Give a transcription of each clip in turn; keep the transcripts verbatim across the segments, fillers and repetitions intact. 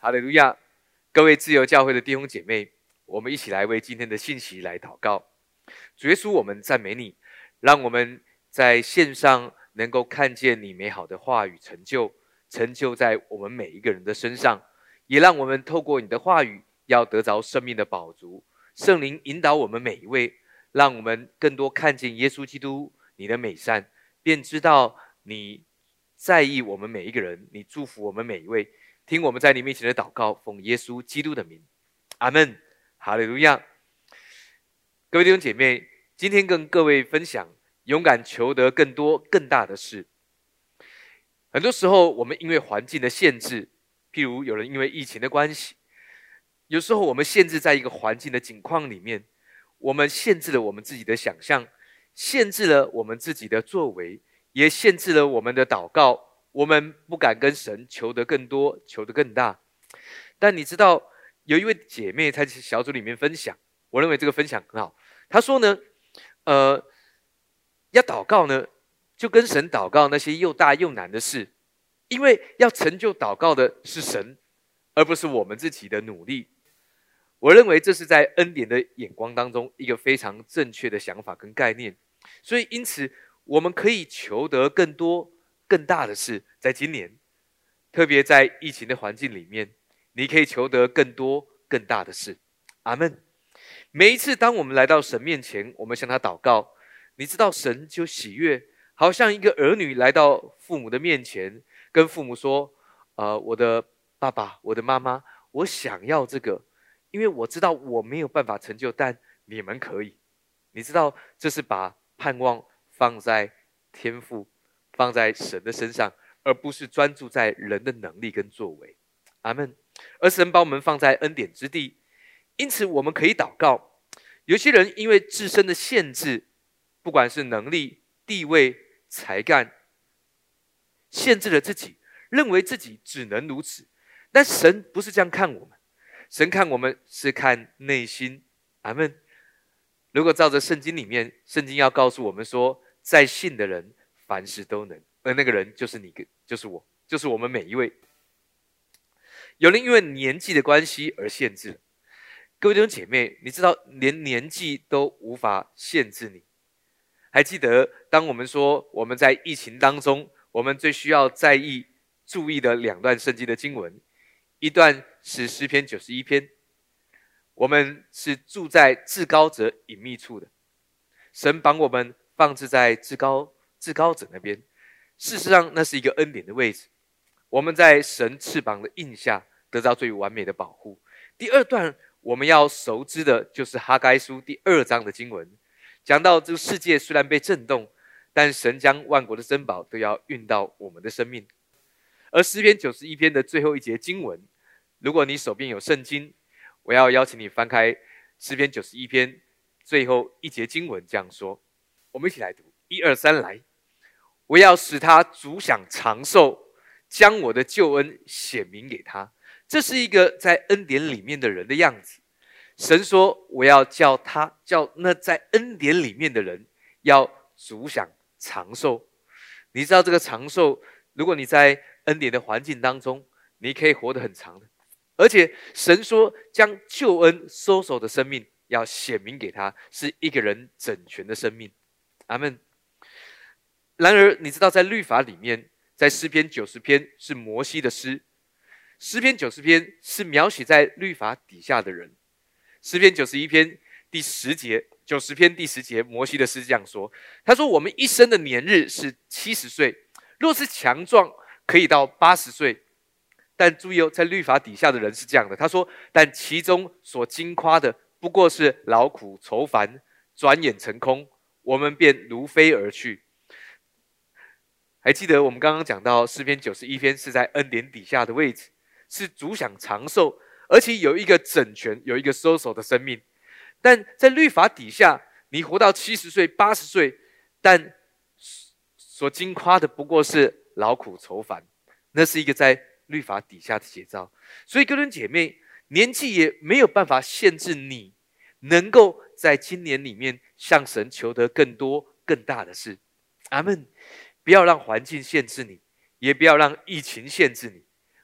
哈利路亚！各位自由教会的弟兄姐妹，我们一起来为今天的信息来祷告。主耶稣，我们赞美你，让我们在线上能够看见你美好的话语成就，成就在我们每一个人的身上，也让我们透过你的话语，要得着生命的饱足。圣灵引导我们每一位，让我们更多看见耶稣基督你的美善，便知道你在意我们每一个人，你祝福我们每一位。听我们在你面前的祷告，奉耶稣基督的名，阿们，哈利路亚。各位弟兄姐妹，今天跟各位分享勇敢求得更多更大的事。很多时候我们因为环境的限制，譬如有人因为疫情的关系，有时候我们限制在一个环境的境况里面，我们限制了我们自己的想象，限制了我们自己的作为，也限制了我们的祷告。我们不敢跟神求得更多，求得更大。但你知道，有一位姐妹在小组里面分享，我认为这个分享很好。她说呢，呃，要祷告呢，就跟神祷告那些又大又难的事，因为要成就祷告的是神，而不是我们自己的努力。我认为这是在恩典的眼光当中一个非常正确的想法跟概念。所以因此，我们可以求得更多更大的事，在今年，特别在疫情的环境里面，你可以求得更多更大的事。阿们。每一次当我们来到神面前，我们向他祷告，你知道神就喜悦，好像一个儿女来到父母的面前，跟父母说，呃，我的爸爸，我的妈妈，我想要这个，因为我知道我没有办法成就，但你们可以。你知道，这是把盼望放在天父，放在神的身上，而不是专注在人的能力跟作为。阿们。而神把我们放在恩典之地，因此我们可以祷告。有些人因为自身的限制，不管是能力、地位、才干，限制了自己，认为自己只能如此。但神不是这样看我们，神看我们是看内心。阿们。如果照着圣经里面，圣经要告诉我们说，在信的人凡事都能，而那个人就是你，就是我，就是我们每一位。有人因为年纪的关系而限制了。各位弟兄姐妹，你知道连年纪都无法限制你。还记得当我们说我们在疫情当中，我们最需要在意注意的两段圣经的经文，一段是诗篇九十一篇，我们是住在至高者隐秘处的，神把我们放置在至高至高者那边，事实上那是一个恩典的位置，我们在神翅膀的印下得到最完美的保护。第二段我们要熟知的就是哈该书第二章的经文，讲到这个世界虽然被震动，但神将万国的珍宝都要运到我们的生命。而诗篇九十一篇的最后一节经文，如果你手边有圣经，我要邀请你翻开诗篇九十一篇最后一节经文，这样说，我们一起来读，一二三来。我要使他主享长寿，将我的救恩显明给他。这是一个在恩典里面的人的样子。神说，我要叫他，叫那在恩典里面的人要主享长寿。你知道这个长寿，如果你在恩典的环境当中，你可以活得很长的。而且神说，将救恩收手的生命要显明给他，是一个人整全的生命。阿们。然而你知道在律法里面，在诗篇九十篇是摩西的诗，诗篇九十篇是描写在律法底下的人。诗篇九十一篇第十节，九十篇第十节，摩西的诗这样说，他说，我们一生的年日是七十岁，若是强壮可以到八十岁。但注意哦，在律法底下的人是这样的，他说，但其中所经夸的不过是劳苦愁烦，转眼成空，我们便如飞而去。还记得我们刚刚讲到诗篇九十一篇是在恩典底下的位置，是主享长寿，而且有一个整全，有一个收手的生命。但在律法底下，你活到七十岁八十岁，但所经夸的不过是劳苦愁烦，那是一个在律法底下的写照。所以各位姐妹，年纪也没有办法限制你能够在今年里面向神求得更多更大的事。阿们。不要让环境限制你，也不要让疫情限制你。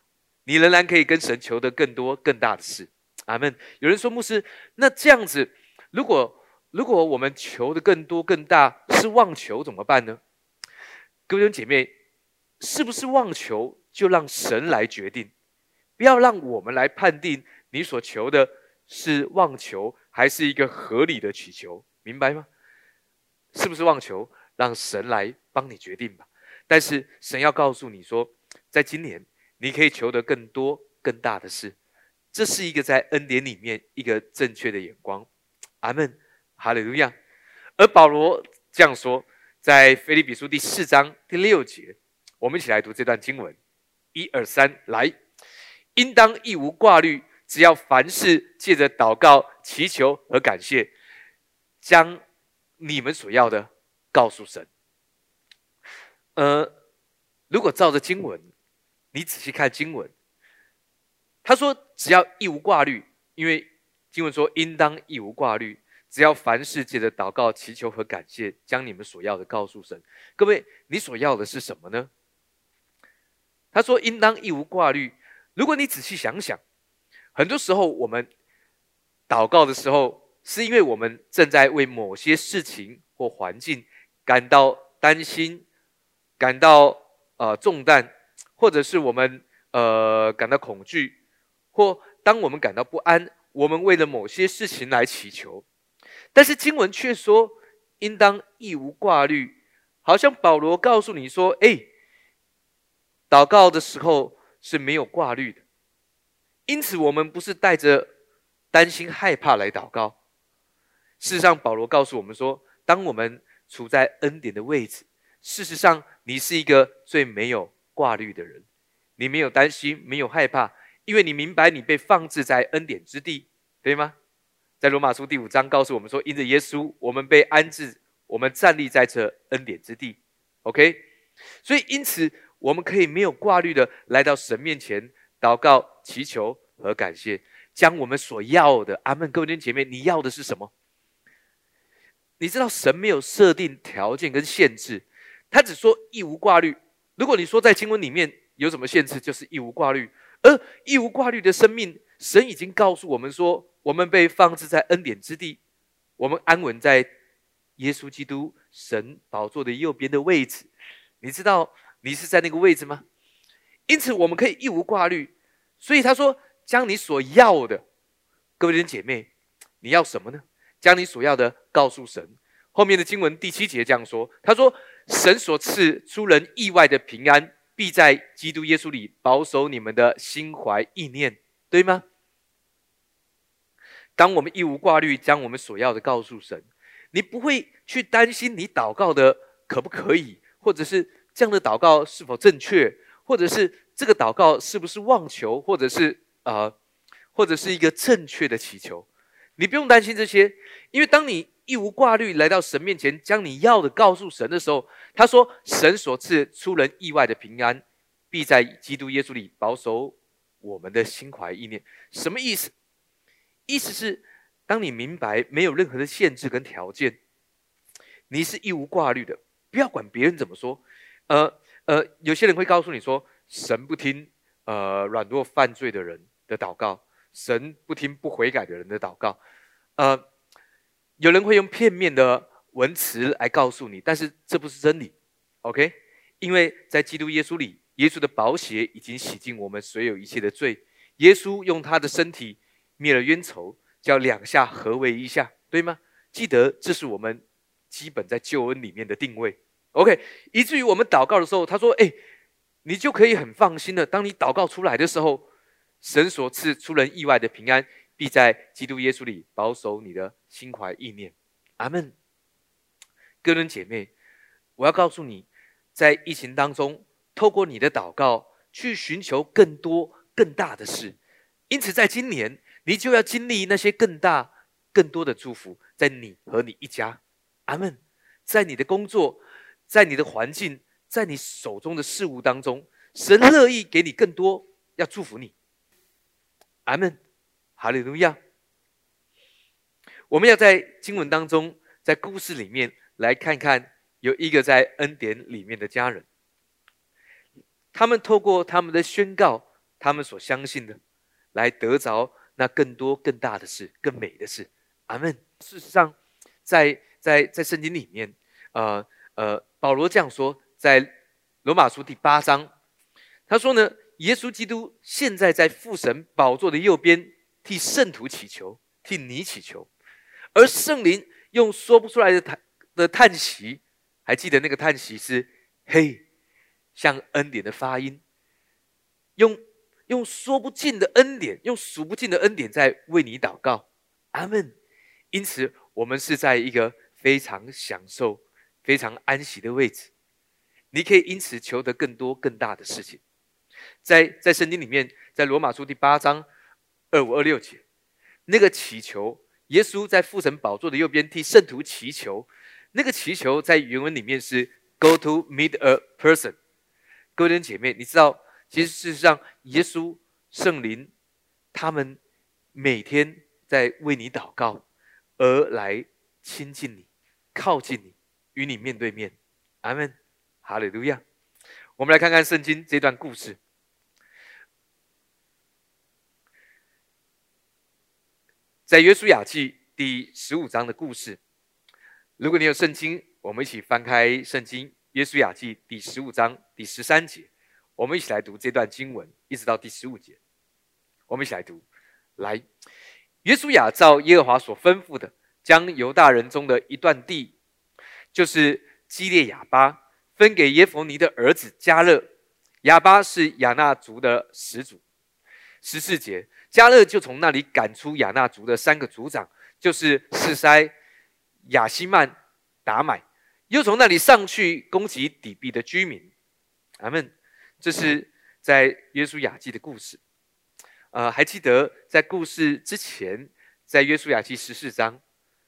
你仍然可以跟神求得更多更大的事。阿们。有人说，牧师，那这样子，如果如果我们求的更多更大是妄求怎么办呢？各位弟兄姐妹，是不是妄求就让神来决定，不要让我们来判定你所求的是妄求还是一个合理的祈求，明白吗？是不是妄求，让神来帮你决定吧。但是神要告诉你说，在今年你可以求得更多更大的事，这是一个在恩典里面一个正确的眼光。阿们，哈利路亚。而保罗这样说，在腓立比书第四章第六节，我们一起来读这段经文，一二三，来，应当一无挂虑，只要凡事借着祷告、祈求和感谢，将你们所要的告诉神。呃，如果照着经文，你仔细看经文，他说只要一无挂虑，因为经文说应当一无挂虑，只要凡事借着祷告、祈求和感谢，将你们所要的告诉神。各位，你所要的是什么呢？他说应当一无挂虑。如果你仔细想想，很多时候我们祷告的时候，是因为我们正在为某些事情或环境感到担心，感到呃重担，或者是我们呃感到恐惧，或当我们感到不安，我们为了某些事情来祈求。但是经文却说应当一无挂虑，好像保罗告诉你说，哎，祷告的时候是没有挂虑的。因此我们不是带着担心害怕来祷告。事实上保罗告诉我们说，当我们处在恩典的位置，事实上你是一个最没有挂虑的人，你没有担心，没有害怕，因为你明白你被放置在恩典之地，对吗？在罗马书第五章告诉我们说，因着耶稣我们被安置，我们站立在这恩典之地。 OK， 所以因此我们可以没有挂虑的来到神面前祷告、祈求和感谢，将我们所要的。阿们。各位弟兄姐妹，你要的是什么？你知道神没有设定条件跟限制，他只说一无挂虑。如果你说在经文里面有什么限制，就是一无挂虑。而一无挂虑的生命，神已经告诉我们说，我们被放置在恩典之地，我们安稳在耶稣基督神宝座的右边的位置。你知道你是在那个位置吗？因此我们可以一无挂虑。所以他说将你所要的，各位弟兄姐妹，你要什么呢？将你所要的告诉神。后面的经文第七节这样说，他说神所赐出人意外的平安，必在基督耶稣里保守你们的心怀意念，对吗？当我们一无挂虑将我们所要的告诉神，你不会去担心你祷告的可不可以，或者是这样的祷告是否正确，或者是这个祷告是不是妄求，或者是呃，或者是一个正确的祈求。你不用担心这些，因为当你一无挂虑来到神面前，将你要的告诉神的时候，他说神所赐出人意外的平安，必在基督耶稣里保守我们的心怀意念。什么意思？意思是当你明白没有任何的限制跟条件，你是一无挂虑的，不要管别人怎么说。呃呃，有些人会告诉你说，神不听呃软弱犯罪的人的祷告，神不听不悔改的人的祷告。呃，有人会用片面的文词来告诉你，但是这不是真理。 OK， 因为在基督耶稣里，耶稣的宝血已经洗净我们所有一切的罪。耶稣用他的身体灭了冤仇，叫两下合为一下，对吗？记得这是我们基本在救恩里面的定位。 OK， 以至于我们祷告的时候，他说哎，你就可以很放心的，当你祷告出来的时候，神所赐出人意外的平安，必在基督耶稣里保守你的心怀意念。阿们。各位姐妹，我要告诉你，在疫情当中，透过你的祷告去寻求更多更大的事。因此在今年你就要经历那些更大更多的祝福，在你和你一家。阿们。在你的工作，在你的环境，在你手中的事物当中，神乐意给你更多，要祝福你。阿们。哈利路亚。我们要在经文当中，在故事里面来看看，有一个在恩典里面的家人，他们透过他们的宣告， 他们所相信的，来得着那更多更大的事、更美的事。阿们。事实上，在在在圣经里面，呃呃，保罗这样说，在罗马书第八章，他说呢，耶稣基督现在在父神宝座的右边，替圣徒祈求，替你祈求，而圣灵用说不出来的叹的叹息，还记得那个叹息是嘿，像恩典的发音，用用说不尽的恩典，用数不尽的恩典在为你祷告。阿们。因此，我们是在一个非常享受、非常安息的位置。你可以因此求得更多、更大的事情。在在圣经里面，在罗马书第八章二五二六节，那个祈求，耶稣在父神宝座的右边替圣徒祈求，那个祈求在原文里面是 "Go to meet a person"。各位弟兄姐妹，你知道，其实事实上，耶稣、圣灵，他们每天在为你祷告，而来亲近你、靠近你、与你面对面。阿们，哈利路亚。我们来看看圣经这段故事。在约书亚记第十五章的故事，如果你有圣经，我们一起翻开圣经约书亚记第十五章第十三节，我们一起来读这段经文，一直到第十五节。我们一起来读。来，约书亚照耶和华所吩咐的，将犹大人中的一段地，就是基列亚巴，分给耶弗尼的儿子迦勒。亚巴是亚衲族的始祖。十四节，迦勒就从那里赶出亚衲族的三个族长，就是示筛、亚希曼、达买，又从那里上去攻击底壁的居民。阿们。这是在约书亚记的故事。呃，还记得在故事之前，在约书亚记十四章，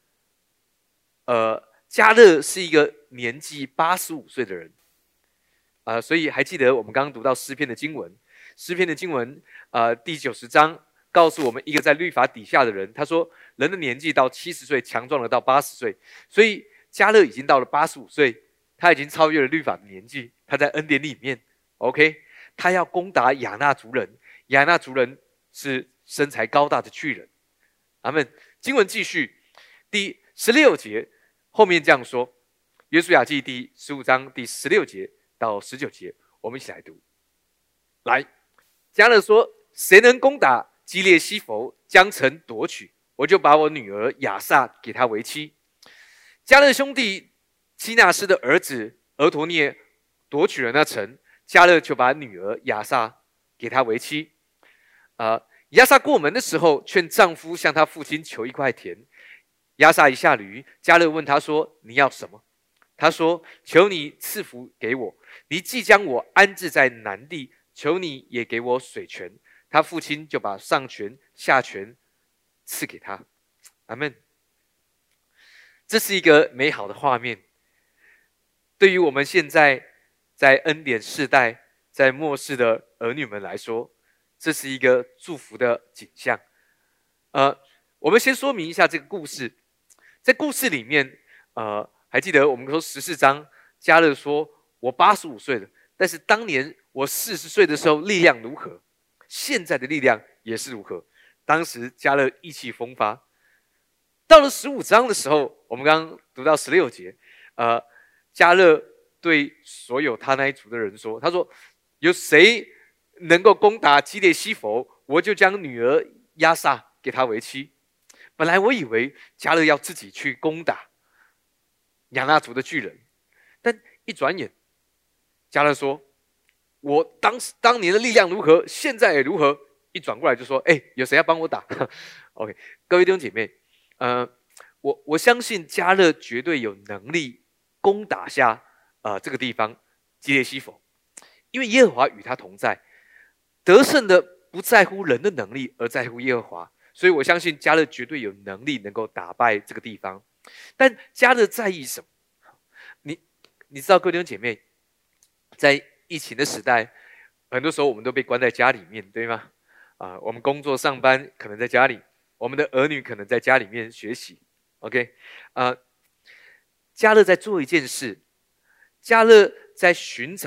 呃，迦勒是一个年纪八十五岁的人。呃，所以还记得我们刚刚读到诗篇的经文，诗篇的经文，呃，第九十章告诉我们一个在律法底下的人，他说人的年纪到七十岁，强壮了到八十岁，所以迦勒已经到了八十五岁，他已经超越了律法的年纪，他在恩典里面 ，OK， 他要攻打亚衲族人，亚衲族人是身材高大的巨人。阿们。经文继续，第十六节后面这样说，约书亚记第十五章第十六节到十九节，我们一起来读。来，迦勒说：“谁能攻打基列西弗，将城夺取，我就把我女儿亚萨给他为妻。”迦勒兄弟基纳斯的儿子俄陀涅夺取了那城，迦勒就把女儿亚萨给他为妻。呃，亚萨过门的时候，劝丈夫向他父亲求一块田。亚萨一下驴，迦勒问他说：“你要什么？”他说：“求你赐福给我，你既将我安置在南地，求你也给我水泉。”他父亲就把上泉下泉赐给他。阿们。这是一个美好的画面，对于我们现在在恩典世代、在末世的儿女们来说，这是一个祝福的景象。呃，我们先说明一下这个故事。在故事里面，呃，还记得我们说十四章，迦勒说：“我八十五岁了，但是当年我四十岁的时候力量如何？现在的力量也是如何？”当时迦勒意气风发。到了十五章的时候，我们刚刚读到十六节，呃，迦勒对所有他那一族的人说：“他说，有谁能够攻打基列西弗，我就将女儿亚萨给他为妻。”本来我以为迦勒要自己去攻打亚衲族的巨人，但一转眼，迦勒说：“我当时当年的力量如何，现在也如何。”一转过来就说：“哎、欸，有谁要帮我打 ？”OK， 各位弟兄姐妹，呃，我我相信迦勒绝对有能力攻打下呃这个地方基列西弗，因为耶和华与他同在，得胜的不在乎人的能力，而在乎耶和华。所以我相信迦勒绝对有能力能够打败这个地方。但迦勒在意什么？你你知道，各位弟兄姐妹，在疫情的时代，很多时候我们都被关在家里面，对吗？啊、呃，我们工作上班可能在家里，我们的儿女可能在家里面学习。OK， 啊、呃，迦勒在做一件事，迦勒在寻找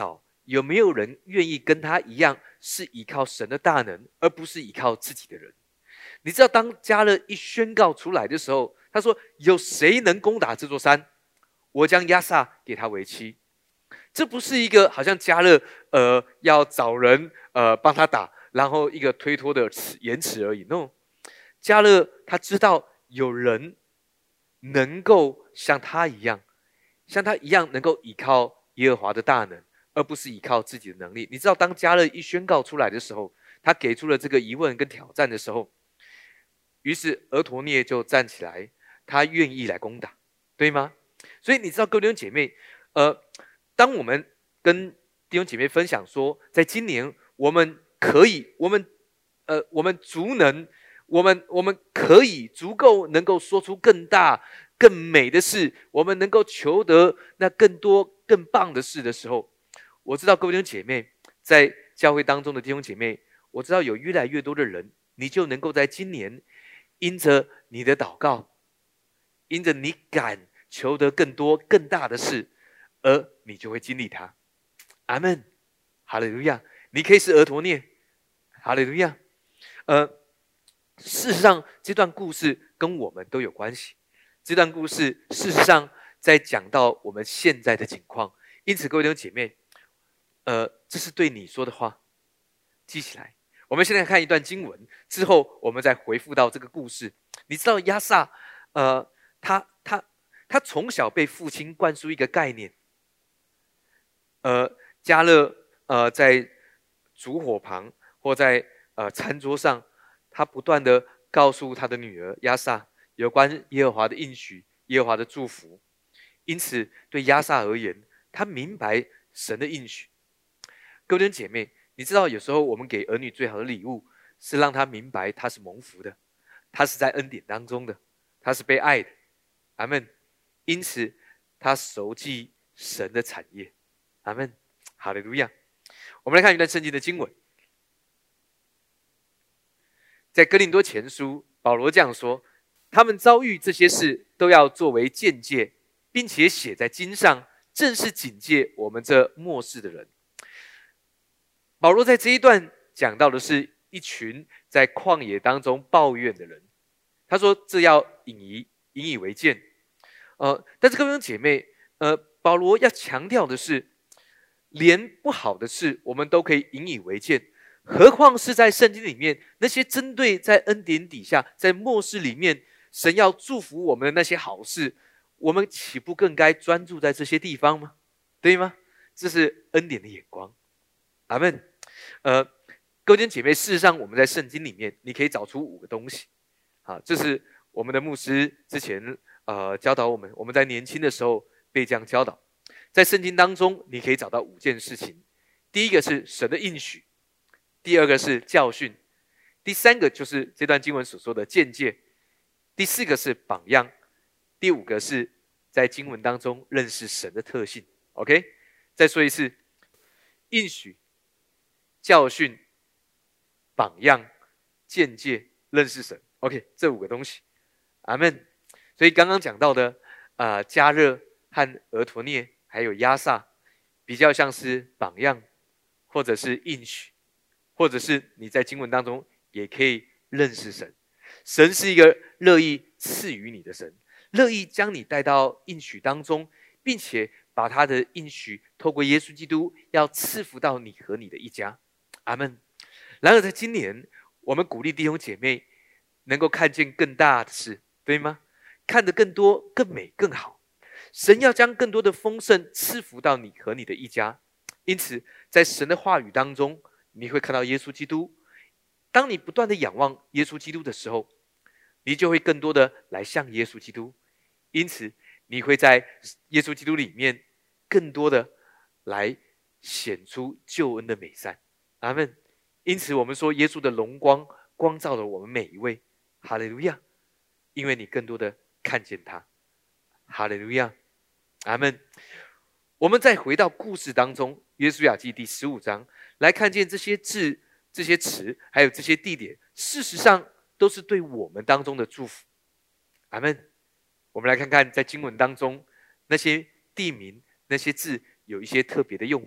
有没有人愿意跟他一样，是依靠神的大能，而不是依靠自己的人？你知道，当迦勒一宣告出来的时候，他说：“有谁能攻打这座山？我将亚萨给他为妻。”这不是一个好像迦勒呃要找人呃帮他打，然后一个推脱的言辞而已。No， 迦勒他知道有人能够像他一样，像他一样能够依靠耶和华的大能，而不是依靠自己的能力。你知道，当迦勒一宣告出来的时候，他给出了这个疑问跟挑战的时候，于是俄陀聶就站起来，他愿意来攻打，对吗？所以你知道，各位弟兄姐妹，呃，当我们跟弟兄姐妹分享说，在今年我们可以，我们呃，我们足能，我们我们可以足够能够说出更大、更美的事，我们能够求得那更多、更棒的事的时候，我知道各位弟兄姐妹，在教会当中的弟兄姐妹，我知道有越来越多的人，你就能够在今年，因着你的祷告，因着你敢求得更多、更大的事，而你就会经历它。阿们，哈利路亚！你可以是俄陀聶，哈利路亚。呃，事实上，这段故事跟我们都有关系。这段故事事实上在讲到我们现在的情况，因此各位弟兄姐妹，呃，这是对你说的话，记起来。我们现在看一段经文，之后我们再回复到这个故事。你知道亚萨，呃，他他他从小被父亲灌输一个概念，呃，迦勒呃在烛火旁或在呃餐桌上，他不断的告诉他的女儿亚萨有关耶和华的应许、耶和华的祝福。因此，对亚萨而言，他明白神的应许。各位弟兄姐妹，你知道有时候我们给儿女最好的礼物，是让他明白他是蒙福的，他是在恩典当中的，他是被爱的。阿们。因此，他熟记神的产业。阿们，哈利路亚。我们来看一段圣经的经文，在哥林多前书，保罗这样说：他们遭遇这些事，都要作为鉴戒，并且写在经上，正是警戒我们这末世的人。保罗在这一段讲到的是一群在旷野当中抱怨的人，他说这要引以引以为鉴。呃，但是各位弟兄姐妹，呃，保罗要强调的是，连不好的事我们都可以引以为鉴，何况是在圣经里面那些针对在恩典底下，在末世里面神要祝福我们的那些好事，我们岂不更该专注在这些地方吗？对吗？这是恩典的眼光。阿们。呃，各位弟兄姐妹，事实上我们在圣经里面，你可以找出五个东西。好，这是我们的牧师之前呃教导我们，我们在年轻的时候被这样教导。在圣经当中，你可以找到五件事情。第一个是神的应许，第二个是教训，第三个就是这段经文所说的鉴戒，第四个是榜样，第五个是在经文当中认识神的特性。OK， 再说一次，应许、教训、榜样、鉴戒、认识神。OK， 这五个东西。阿们。所以刚刚讲到的呃迦勒和俄陀聶还有亚萨，比较像是榜样，或者是应许，或者是你在经文当中也可以认识神。神是一个乐意赐予你的神，乐意将你带到应许当中，并且把他的应许透过耶稣基督要赐福到你和你的一家。阿们。然而在今年，我们鼓励弟兄姐妹能够看见更大的事，对吗？看得更多、更美、更好。神要将更多的丰盛赐福到你和你的一家。因此，在神的话语当中，你会看到耶稣基督。当你不断的仰望耶稣基督的时候，你就会更多的来向耶稣基督。因此，你会在耶稣基督里面更多的来显出救恩的美善。阿们。因此，我们说耶稣的荣光光照了我们每一位。哈利路亚！因为你更多的看见他。哈利路亚！阿们。我们再回到故事当中，约书亚记第十五章，来看见这些字、这些词，还有这些地点，事实上都是对我们当中的祝福。阿们。我们来看看在经文当中那些地名、那些字有一些特别的用意。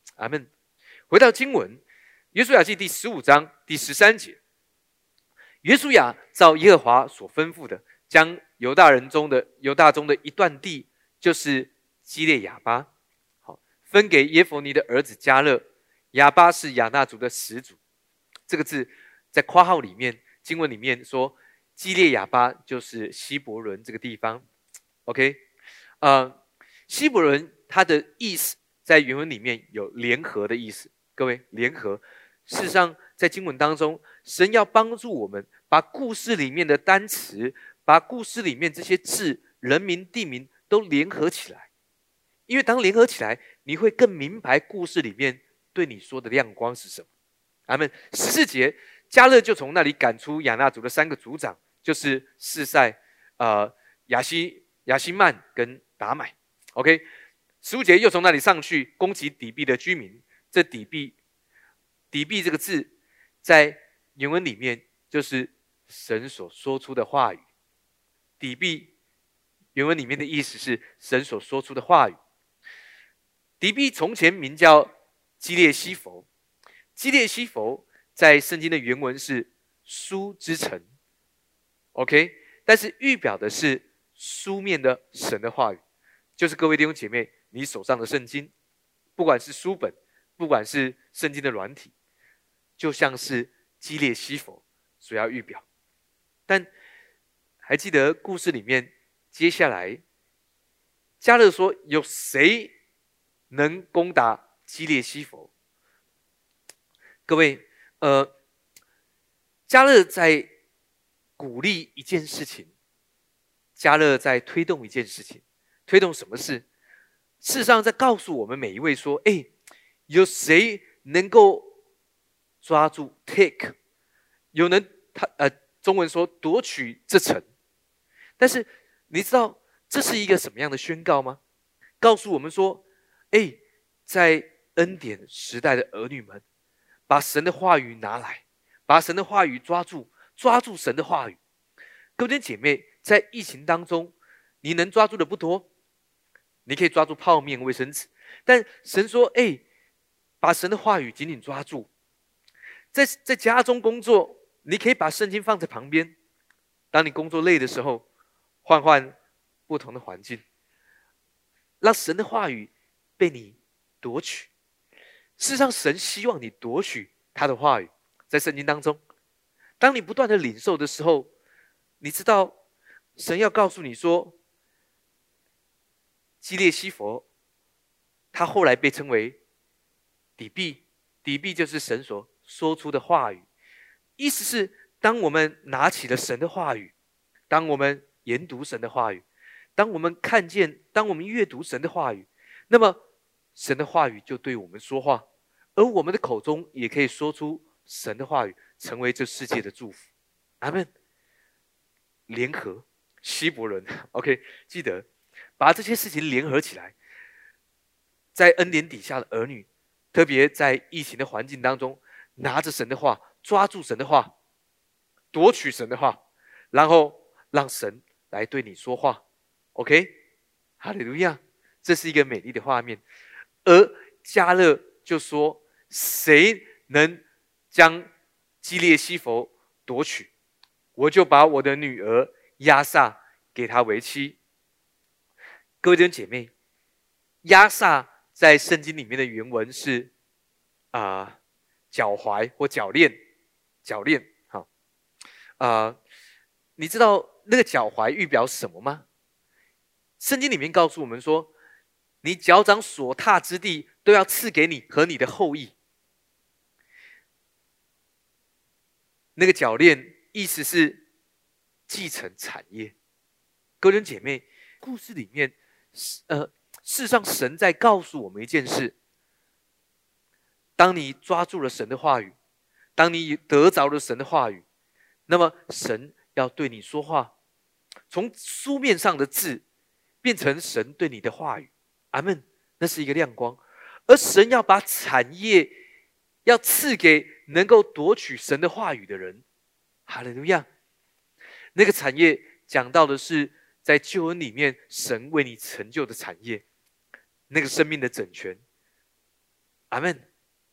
阿们。回到经文，约书亚记第十五章第十三节，约书亚照耶和华所吩咐的，将犹大人中的犹大中的一段地，就是基列亚巴，好，分给耶弗尼的儿子迦勒。亚巴是亚衲族的始祖，这个字在括号里面，经文里面说，基列亚巴就是希伯伦这个地方。OK， 呃，希伯伦它的意思在原文里面有联合的意思。各位，联合，事实上在经文当中，神要帮助我们把故事里面的单词，把故事里面这些字、人名、地名都联合起来。因为当联合起来，你会更明白故事里面对你说的亮光是什么。阿们。十四节，迦勒就从那里赶出亚衲族的三个族长，就是示赛、呃、亚西、亚西曼跟达买。OK， 十五节又从那里上去攻击底壁的居民。这底壁，底壁这个字，在原文里面就是神所说出的话语。底壁原文里面的意思是神所说出的话语。底壁从前名叫基列西弗，基列西弗在圣经的原文是书之城 ，OK， 但是预表的是书面的神的话语，就是各位弟兄姐妹，你手上的圣经，不管是书本，不管是圣经的软体，就像是基列西弗所要预表。但还记得故事里面，接下来迦勒说，有谁能攻打基列西弗？各位，呃，迦勒在鼓励一件事情，迦勒在推动一件事情，推动什么事？事实上，在告诉我们每一位说：哎，有谁能够抓住 take？ 有人他呃，中文说夺取这城。但是你知道这是一个什么样的宣告吗？告诉我们说：哎，在恩典时代的儿女们，把神的话语拿来，把神的话语抓住，抓住神的话语。各位姐妹，在疫情当中，你能抓住的不多，你可以抓住泡面、卫生纸，但神说：哎，把神的话语紧紧抓住。在在家中工作，你可以把圣经放在旁边。当你工作累的时候，换换不同的环境，让神的话语被你夺取。事实上，神希望你夺取他的话语，在圣经当中。当你不断的领受的时候，你知道神要告诉你说，基列西弗他后来被称为底壁，底壁就是神所说出的话语。意思是，当我们拿起了神的话语，当我们研读神的话语，当我们看见，当我们阅读神的话语，那么神的话语就对我们说话，而我们的口中也可以说出神的话语，成为这世界的祝福。阿们。联合希伯伦 ，OK， 记得把这些事情联合起来，在恩典底下的儿女，特别在疫情的环境当中，拿着神的话，抓住神的话，夺取神的话，然后让神来对你说话。OK， 哈利路亚，这是一个美丽的画面。而迦勒就说：谁能将基列西弗夺取，我就把我的女儿亚萨给他为妻。各位弟兄姐妹，亚萨在圣经里面的原文是啊、呃、脚踝或脚链，脚链。好，啊、呃，你知道那个脚踝预表什么吗？圣经里面告诉我们说，你脚掌所踏之地，都要赐给你和你的后裔。那个脚链意思是继承产业。各位姐妹，故事里面，呃，事实上神在告诉我们一件事：当你抓住了神的话语，当你得着了神的话语，那么神要对你说话，从书面上的字变成神对你的话语。阿们，那是一个亮光。而神要把产业要赐给能够夺取神的话语的人。哈利路亚。那个产业讲到的是在救恩里面神为你成就的产业，那个生命的整全。 阿们。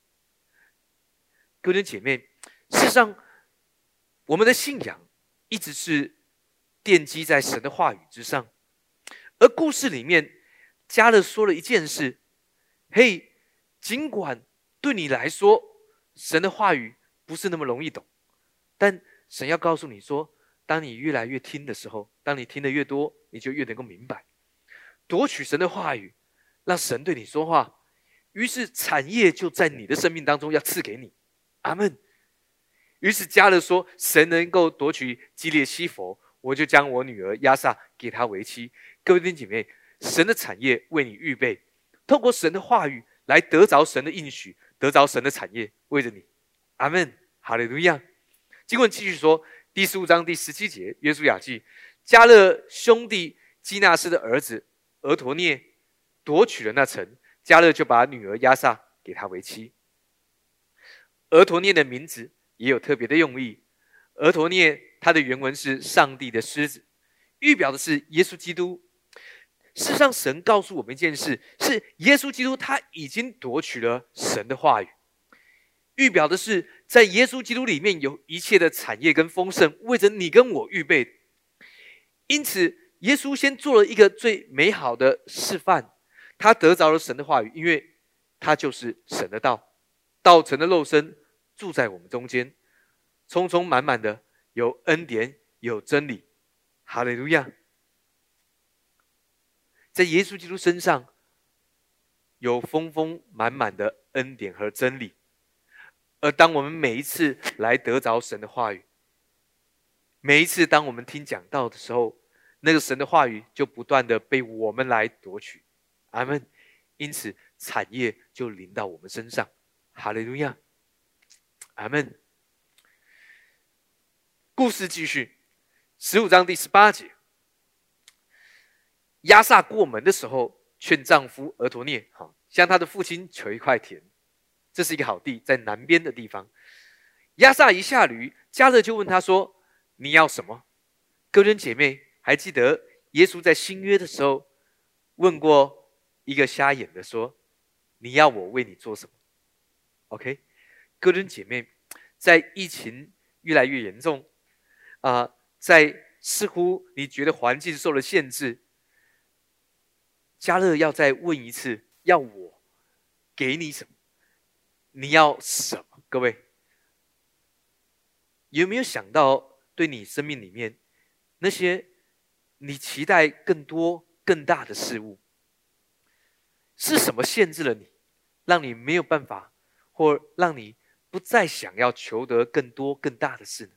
各位姐妹，事实上，我们的信仰一直是奠基在神的话语之上。而故事里面，迦勒说了一件事：嘿，尽管对你来说，神的话语不是那么容易懂，但神要告诉你说，当你越来越听的时候，当你听的越多，你就越能够明白，夺取神的话语，让神对你说话，于是产业就在你的生命当中要赐给你。阿们。于是迦勒说，神能够夺取基列西弗，我就将我女儿亚萨给他为妻。各位弟兄姐妹，神的产业为你预备，透过神的话语来得着神的应许，得着神的产业为着你。阿们，哈利路亚。经文继续说，第十五章第十七节，约书亚记，迦勒兄弟基纳斯的儿子俄陀涅夺取了那城，迦勒就把女儿亚萨给他为妻。俄陀涅的名字也有特别的用意，俄陀涅它的原文是上帝的狮子，预表的是耶稣基督。事实上，神告诉我们一件事，是耶稣基督他已经夺取了神的话语，预表的是在耶稣基督里面有一切的产业跟丰盛为着你跟我预备的。因此耶稣先做了一个最美好的示范，他得着了神的话语，因为他就是神的道，道成的肉身住在我们中间，充充满满的有恩典有真理。哈利路亚。在耶稣基督身上有丰丰满满的恩典和真理，而当我们每一次来得着神的话语，每一次当我们听讲道的时候，那个神的话语就不断的被我们来夺取。阿们。因此产业就临到我们身上。哈利路亚。阿们。故事继续，十五章第十八节，亚萨过门的时候，劝丈夫俄陀涅向他的父亲求一块田，这是一个好地，在南边的地方。亚萨一下驴，迦勒就问他说，你要什么？各位姐妹还记得耶稣在新约的时候问过一个瞎眼的说，你要我为你做什么？ OK， 各位姐妹，在疫情越来越严重啊、呃，在似乎你觉得环境受了限制，迦勒要再问一次，要我给你什么？你要什么？各位有没有想到，对你生命里面那些你期待更多更大的事物，是什么限制了你，让你没有办法，或让你不再想要求得更多更大的事呢？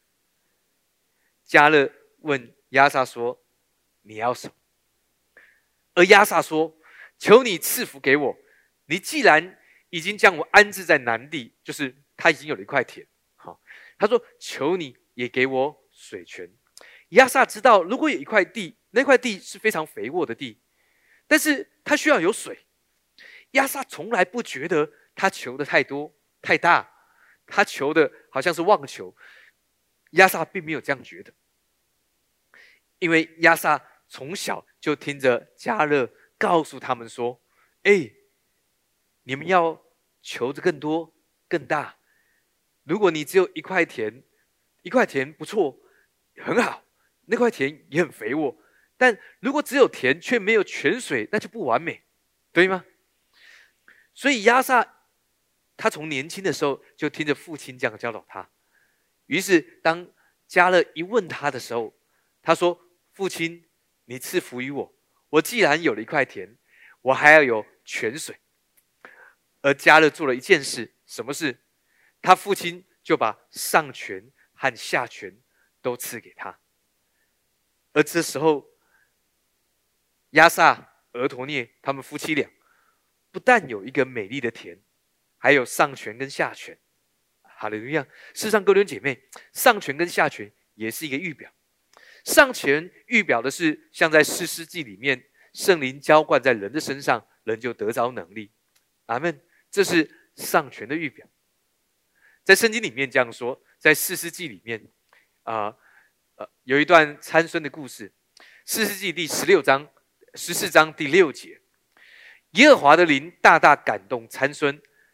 迦勒问亚萨说，你要什么？而亚萨说，求你赐福给我，你既然已经将我安置在南地，就是他已经有了一块田。好，他说求你也给我水泉。亚萨知道，如果有一块地，那块地是非常肥沃的地，但是他需要有水。亚萨从来不觉得他求的太多太大，他求的好像是妄求。亚萨并没有这样觉得，因为亚萨从小就听着迦勒告诉他们说，哎，你们要求的更多更大。如果你只有一块田，一块田不错，很好，那块田也很肥沃，但如果只有田却没有泉水，那就不完美，对吗？所以亚萨他从年轻的时候就听着父亲这样教导他，于是当迦勒一问他的时候，他说，父亲，你赐福于我，我既然有了一块田，我还要有泉水。而迦勒做了一件事，什么事？他父亲就把上泉和下泉都赐给他。而这时候亚萨、俄陀涅他们夫妻俩不但有一个美丽的田，还有上泉跟下泉。哈利路亚！事实上，各位姐妹，上泉跟下泉也是一个预表。上泉预表的是像在士师记里面，圣灵浇灌在人的身上，人就得着能力。阿们，这是上泉的预表。在圣经里面这样说，在士师记里面啊、呃呃、有一段参孙的故事。士师记第十六章十四章第六节，耶和华的灵大大感动参孙，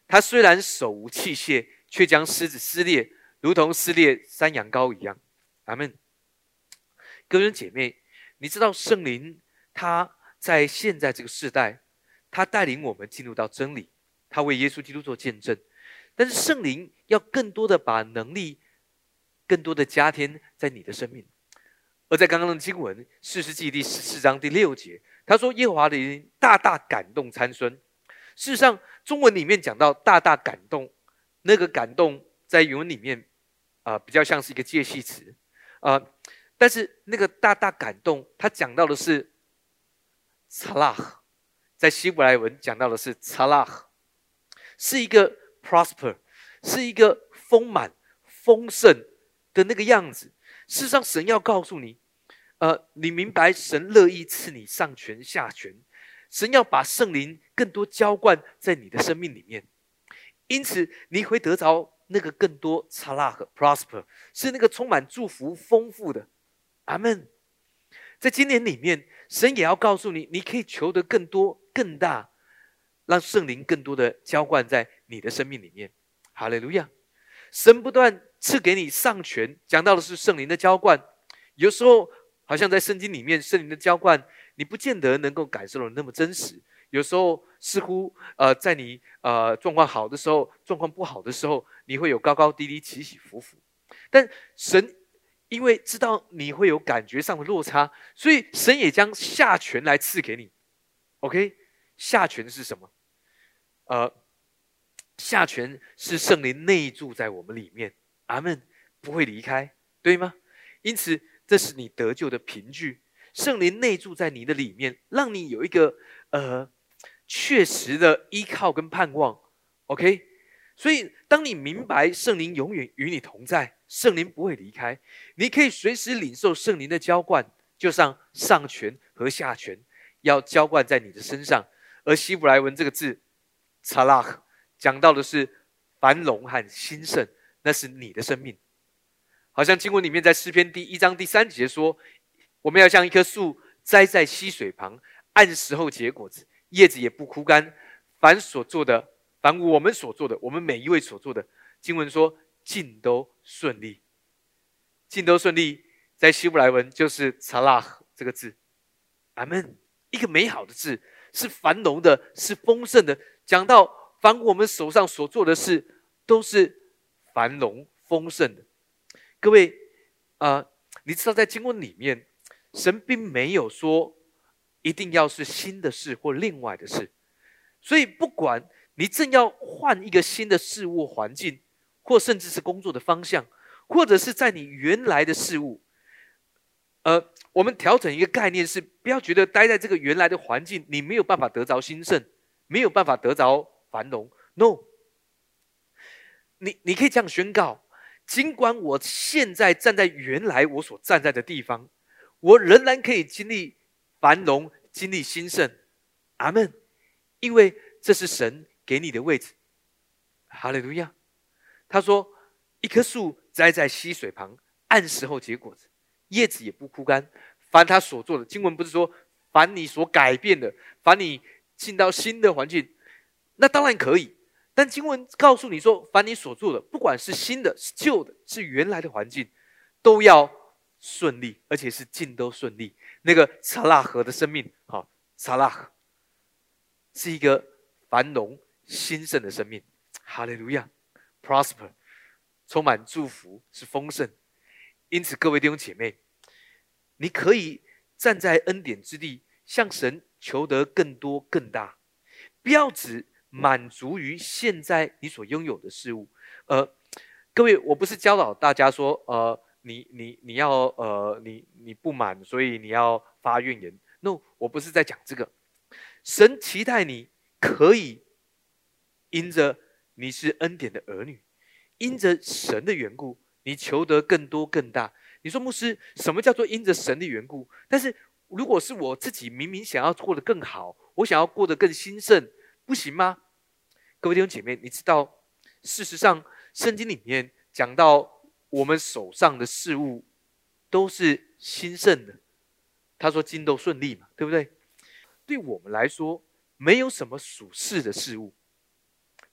他虽然手无器械，却将狮子撕裂，如同撕裂山羊羔一样。阿们。各位姐妹，你知道圣灵他在现在这个世代，他带领我们进入到真理，他为耶稣基督做见证。但是圣灵要更多的把能力更多的加添在你的生命。而在刚刚的经文士师记第十四章第六节，他说耶和华的灵大大感动参孙。事实上中文里面讲到大大感动，那个感动在原文里面、呃、比较像是一个介系词、呃、但是那个大大感动他讲到的是查拉，在希伯来文讲到的是查拉，是一个 prosper， 是一个丰满丰盛的那个样子。事实上神要告诉你，呃，你明白神乐意赐你上权下权，神要把圣灵更多浇灌在你的生命里面，因此你会得着那个更多查拉和 prosper， 是那个充满祝福丰富的。阿们。在今年里面，神也要告诉你，你可以求得更多更大，让圣灵更多的浇灌在你的生命里面。哈利路亚。神不断赐给你上权，讲到的是圣灵的浇灌。有时候好像在圣经里面圣灵的浇灌你不见得能够感受的那么真实，有时候似乎呃，在你呃状况好的时候，状况不好的时候，你会有高高低低起起伏伏。但神因为知道你会有感觉上的落差，所以神也将下权来赐给你。 OK， 下权是什么？呃下权是圣灵内住在我们里面，阿们，不会离开，对吗？因此这是你得救的凭据，圣灵内住在你的里面，让你有一个呃确实的依靠跟盼望。 OK， 所以当你明白圣灵永远与你同在，圣灵不会离开，你可以随时领受圣灵的浇灌，就像上权和下权要浇灌在你的身上。而希伯来文这个字查拉讲到的是繁荣和兴盛，那是你的生命。好像经文里面在诗篇第一章第三节说，我们要像一棵树栽在溪水旁，按时候结果子，叶子也不枯干。凡所做的，凡我们所做的，我们每一位所做的，经文说尽都顺利。尽都顺利在希伯来文就是查拉这个字。阿们。一个美好的字，是繁荣的，是丰盛的。讲到凡我们手上所做的事都是繁荣丰盛的。各位、呃、你知道在经文里面神并没有说一定要是新的事或另外的事，所以不管你正要换一个新的事物环境，或甚至是工作的方向，或者是在你原来的事物，呃，我们调整一个概念是，不要觉得待在这个原来的环境你没有办法得着兴盛，没有办法得着繁荣。 No， 你, 你可以这样宣告，尽管我现在站在原来我所站在的地方，我仍然可以经历繁荣，经历兴盛。阿们。因为这是神给你的位置。哈利路亚。他说一棵树栽在溪水旁，按时候结果子，叶子也不枯干。凡他所做的，经文不是说凡你所改变的，凡你进到新的环境，那当然可以。但经文告诉你说，凡你所做的，不管是新的是旧的是原来的环境，都要顺利，而且是尽都顺利。那个查拉河的生命，好，查拉河是一个繁荣兴盛的生命。哈利路亚。 prosper 充满祝福，是丰盛。因此各位弟兄姐妹，你可以站在恩典之地，向神求得更多更大，不要只满足于现在你所拥有的事物。呃，各位，我不是教导大家说，呃，你你你要呃你你不满，所以你要发怨言。No， 我不是在讲这个。神期待你可以因着你是恩典的儿女，因着神的缘故，你求得更多更大。你说牧师，什么叫做因着神的缘故？但是如果是我自己明明想要过得更好，我想要过得更兴盛，不行吗？各位弟兄姐妹，你知道事实上圣经里面讲到我们手上的事物都是兴盛的，他说尽都顺利嘛，对不对？对我们来说没有什么属世的事物，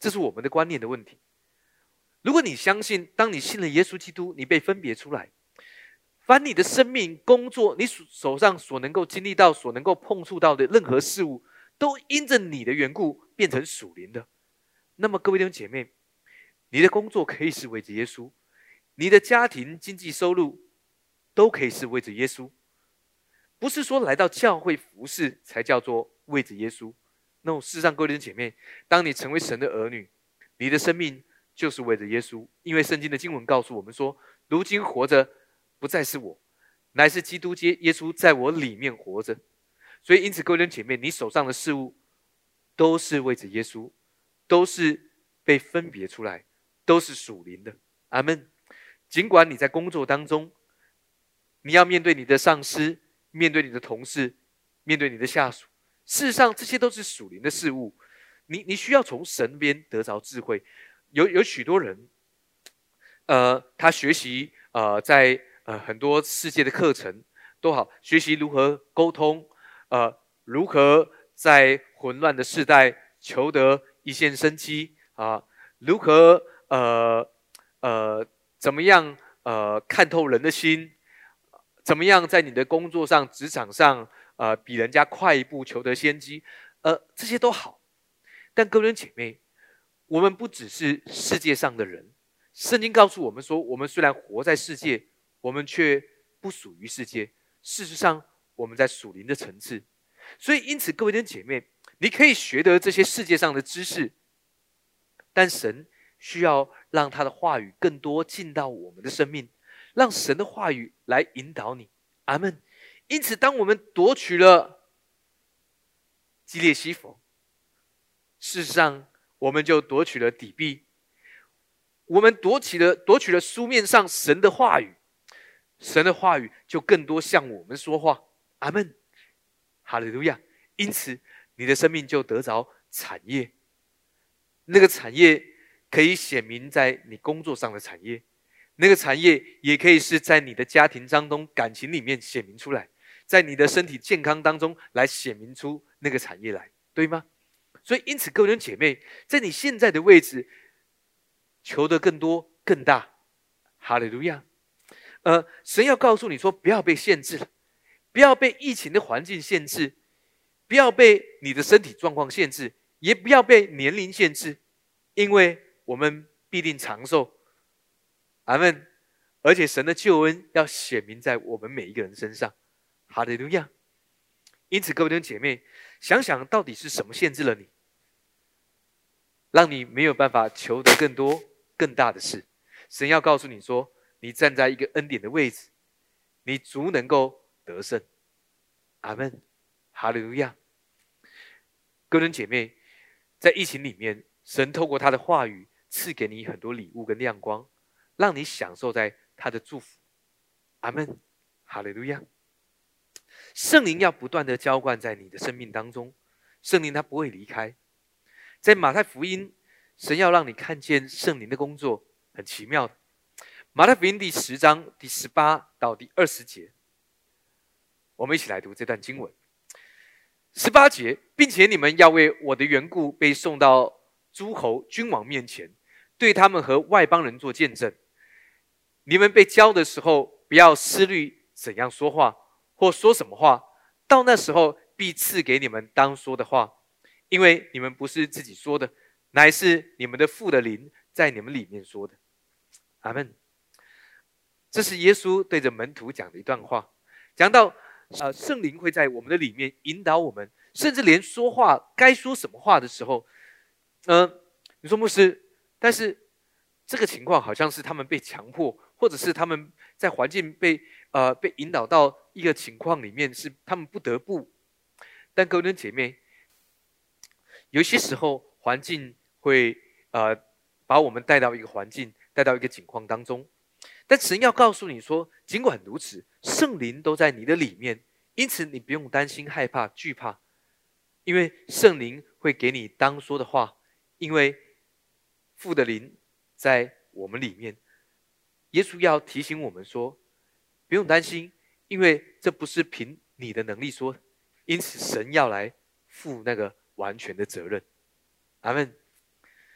这是我们的观念的问题。如果你相信，当你信了耶稣基督，你被分别出来，凡你的生命、工作，你手上所能够经历到、所能够碰触到的任何事物，都因着你的缘故变成属灵的。那么，各位弟兄姐妹，你的工作可以是为着耶稣，你的家庭经济收入都可以是为着耶稣。不是说来到教会服侍才叫做为着耶稣。那事实上，各位弟兄姐妹，当你成为神的儿女，你的生命就是为着耶稣。因为圣经的经文告诉我们说，如今活着不再是我，乃是基督耶稣在我里面活着。所以因此，各位弟兄姐妹，你手上的事物都是为着耶稣，都是被分别出来，都是属灵的。阿们。尽管你在工作当中，你要面对你的上司，面对你的同事，面对你的下属，事实上这些都是属灵的事物。你你需要从神边得着智慧。有有许多人，呃，他学习呃在呃很多世界的课程都好，学习如何沟通，呃，如何在混乱的世代求得一线生机啊，如何呃呃怎么样呃看透人的心，怎么样在你的工作上、职场上呃比人家快一步求得先机，呃，这些都好。但各位姐妹，我们不只是世界上的人。圣经告诉我们说，我们虽然活在世界，我们却不属于世界。事实上，我们在属灵的层次。所以因此，各位的姐妹，你可以学得这些世界上的知识，但神需要让他的话语更多进到我们的生命，让神的话语来引导你。阿们。因此，当我们夺取了基列西弗，事实上我们就夺取了底壁，我们夺取了夺取了书面上神的话语，神的话语就更多向我们说话。阿们。哈利路亚。因此你的生命就得着产业，那个产业可以显明在你工作上的产业，那个产业也可以是在你的家庭当中、感情里面显明出来，在你的身体健康当中来显明出那个产业来，对吗？所以因此各位姐妹，在你现在的位置求得更多更大。哈利路亚。呃，神要告诉你说，不要被限制了，不要被疫情的环境限制，不要被你的身体状况限制，也不要被年龄限制，因为我们必定长寿。阿们。而且神的救恩要显明在我们每一个人身上。哈利路亚。因此各位弟兄姐妹，想想到底是什么限制了你，让你没有办法求得更多更大的事。神要告诉你说，你站在一个恩典的位置，你足能够得胜。阿们。哈利路亚。各位弟兄姐妹，在疫情里面，神透过他的话语赐给你很多礼物跟亮光，让你享受在他的祝福。阿们。哈利路亚。圣灵要不断的浇灌在你的生命当中，圣灵他不会离开。在马太福音，神要让你看见圣灵的工作很奇妙的。马太福音第十章第十八到第二十节，我们一起来读这段经文。十八节，并且你们要为我的缘故被送到诸侯君王面前，对他们和外邦人做见证。你们被教的时候，不要思虑怎样说话或说什么话，到那时候必赐给你们当说的话，因为你们不是自己说的，乃是你们的父的灵在你们里面说的。阿们。这是耶稣对着门徒讲的一段话，讲到呃，圣灵会在我们的里面引导我们，甚至连说话该说什么话的时候，呃，你说牧师，但是这个情况好像是他们被强迫，或者是他们在环境被呃被引导到一个情况里面，是他们不得不。但各位姐妹，有些时候环境会呃把我们带到一个环境，带到一个境况当中。但神要告诉你说，尽管如此，圣灵都在你的里面，因此你不用担心、害怕、惧怕，因为圣灵会给你当说的话，因为父的灵在我们里面。耶稣要提醒我们说，不用担心，因为这不是凭你的能力说，因此神要来负那个完全的责任。阿们。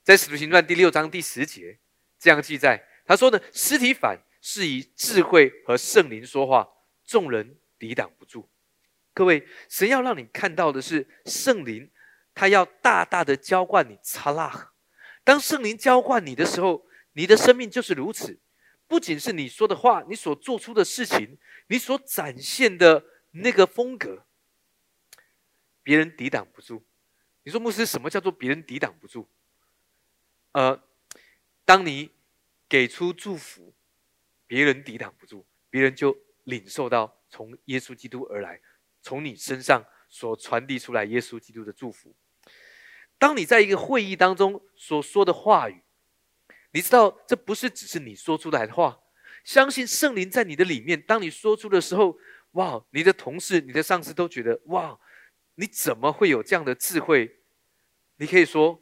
在使徒行传第六章第十节这样记载，他说呢，司提反是以智慧和圣灵说话，众人抵挡不住。各位，神要让你看到的是圣灵，他要大大的浇灌你擦拉。当圣灵浇灌你的时候，你的生命就是如此。不仅是你说的话，你所做出的事情，你所展现的那个风格，别人抵挡不住。你说牧师，什么叫做别人抵挡不住？呃，当你给出祝福，别人抵挡不住，别人就领受到从耶稣基督而来，从你身上所传递出来耶稣基督的祝福。当你在一个会议当中所说的话语，你知道这不是只是你说出来的话，相信圣灵在你的里面，当你说出的时候，哇，你的同事、你的上司都觉得，哇，你怎么会有这样的智慧？你可以说，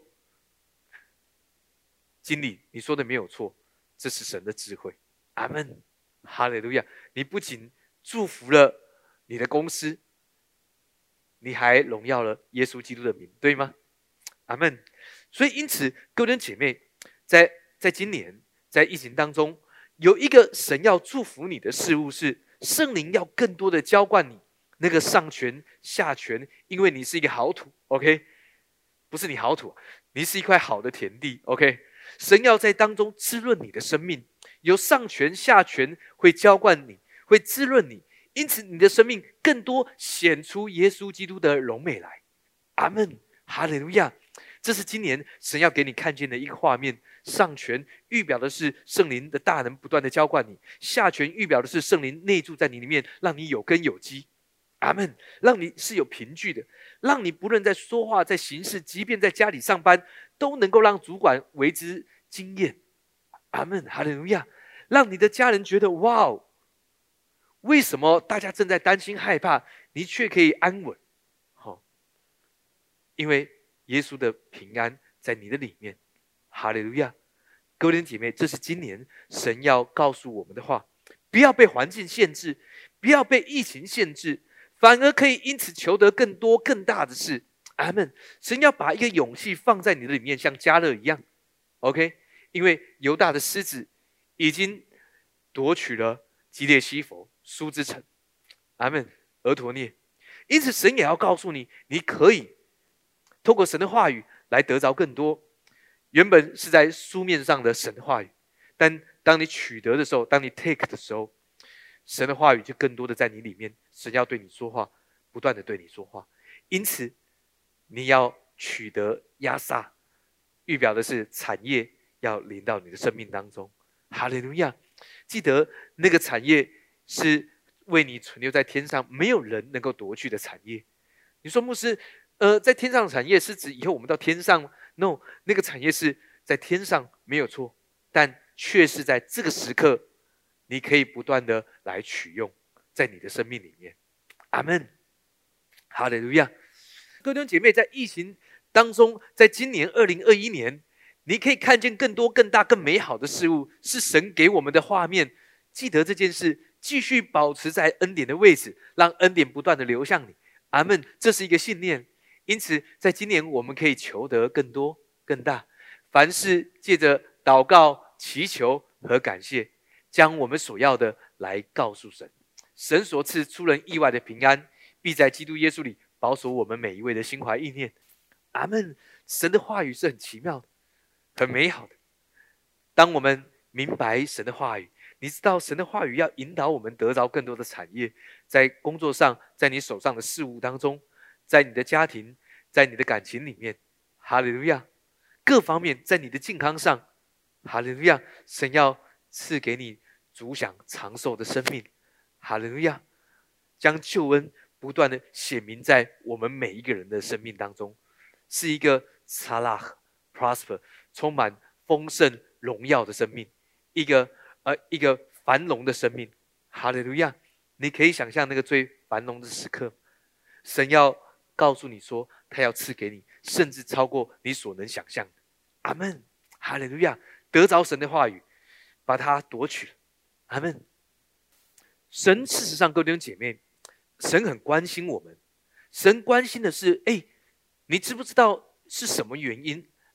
经理，你说的没有错，这是神的智慧。阿们，哈利路亚！你不仅祝福了你的公司，你还荣耀了耶稣基督的名，对吗？阿们。所以因此，各位姐妹，在在今年在疫情当中，有一个神要祝福你的事物是圣灵要更多的浇灌你那个上权下权，因为你是一个好土 ，OK？ 不是你好土，你是一块好的田地 ，OK？ 神要在当中滋润你的生命，有上权下权会浇灌你，会滋润你，因此你的生命更多显出耶稣基督的荣美来。阿们，哈利路亚！这是今年神要给你看见的一个画面。上权预表的是圣灵的大能不断的浇灌你，下权预表的是圣灵内住在你里面，让你有根有基。阿们，让你是有凭据的，让你不论在说话在行事，即便在家里上班，都能够让主管为之惊艳。阿们，哈利路亚！让你的家人觉得，哇哦，为什么大家正在担心害怕，你却可以安稳？哦，因为耶稣的平安在你的里面。哈利路亚！各位姐妹，这是今年神要告诉我们的话，不要被环境限制，不要被疫情限制，反而可以因此求得更多更大的事。阿们！神要把一个勇气放在你的里面，像迦勒一样 ，OK？ 因为犹大的狮子已经夺取了基列西弗苏之城，阿们，俄陀涅。因此神也要告诉你，你可以透过神的话语来得着更多。原本是在书面上的神的话语，但当你取得的时候，当你 take 的时候，神的话语就更多的在你里面。神要对你说话，不断的对你说话。因此你要取得亚萨，预表的是产业要临到你的生命当中。哈利路亚！记得那个产业是为你存留在天上，没有人能够夺去的产业。你说牧师，呃，在天上的产业是指以后我们到天上吗？ No， 那个产业是在天上没有错，但却是在这个时刻，你可以不断的来取用在你的生命里面。阿们，哈利路亚！各位弟兄姐妹，在疫情当中，在今年二零二一年，你可以看见更多、更大、更美好的事物，是神给我们的画面。记得这件事，继续保持在恩典的位置，让恩典不断的流向你。阿们，这是一个信念。因此，在今年我们可以求得更多、更大。凡事借着祷告、祈求和感谢，将我们所要的来告诉神。神所赐出人意外的平安，必在基督耶稣里保守我们每一位的心怀意念。阿们！神的话语是很奇妙的，很美好的。当我们明白神的话语，你知道神的话语要引导我们得着更多的产业，在工作上，在你手上的事物当中，在你的家庭，在你的感情里面，哈利路亚！各方面，在你的健康上，哈利路亚！神要赐给你足享长寿的生命，哈利路亚！将救恩不断的显明在我们每一个人的生命当中，是一个撒拉 prosper 充满丰盛荣耀的生命，一个呃一个繁荣的生命，哈利路亚！你可以想象那个最繁荣的时刻，神要告诉你说，他要赐给你，甚至超过你所能想象的。阿们，哈利路亚！得着神的话语，把它夺取了。阿们。神事实上，各位弟兄姐妹，神很关心我们。神关心的是，哎，你知不知道是什么原因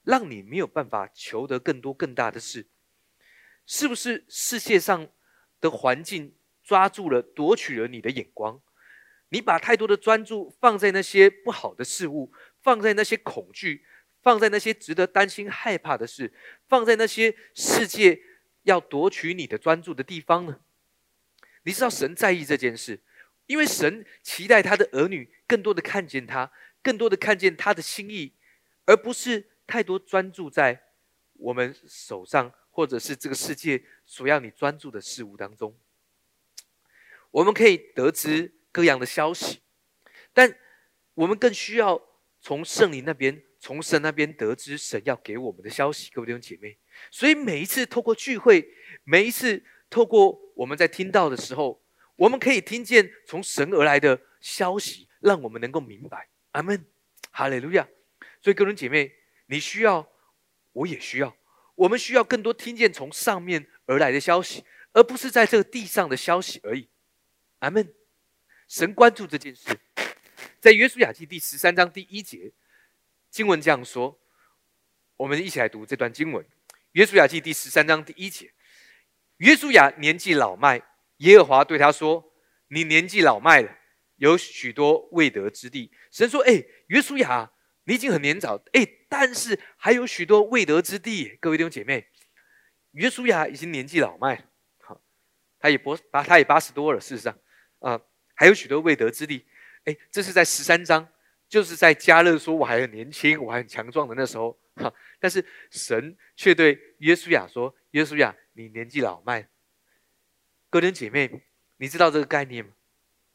让你没有办法求得更多更大的事？是不是世界上的环境抓住了、夺取了你的眼光？你把太多的专注放在那些不好的事物，放在那些恐惧，放在那些值得担心、害怕的事，放在那些世界要夺取你的专注的地方呢？你知道神在意这件事，因为神期待他的儿女更多的看见他，更多的看见他的心意，而不是太多专注在我们手上或者是这个世界所要你专注的事物当中。我们可以得知各样的消息，但我们更需要从圣灵那边，从神那边得知神要给我们的消息，各位弟兄姐妹。所以每一次透过聚会，每一次透过我们在听到的时候，我们可以听见从神而来的消息，让我们能够明白。阿们，哈利路亚。所以各位姐妹，你需要，我也需要，我们需要更多听见从上面而来的消息，而不是在这个地上的消息而已。阿们。神关注这件事，在约书亚记第十三章第一节，经文这样说，我们一起来读这段经文。约书亚记第十三章第一节，约书亚年纪老迈，耶和华对他说：你年纪老迈了，有许多未得之地。神说：哎，约书亚，你已经很年长，哎，但是还有许多未得之地。各位弟兄姐妹，约书亚已经年纪老迈了，好，他也不他也八十多了，事实上啊。呃还有许多未得之地，哎，这是在十三章，就是在迦勒说我还很年轻，我还很强壮的那时候，哈，但是神却对约书亚说：约书亚，你年纪老迈。各位姐妹，你知道这个概念吗？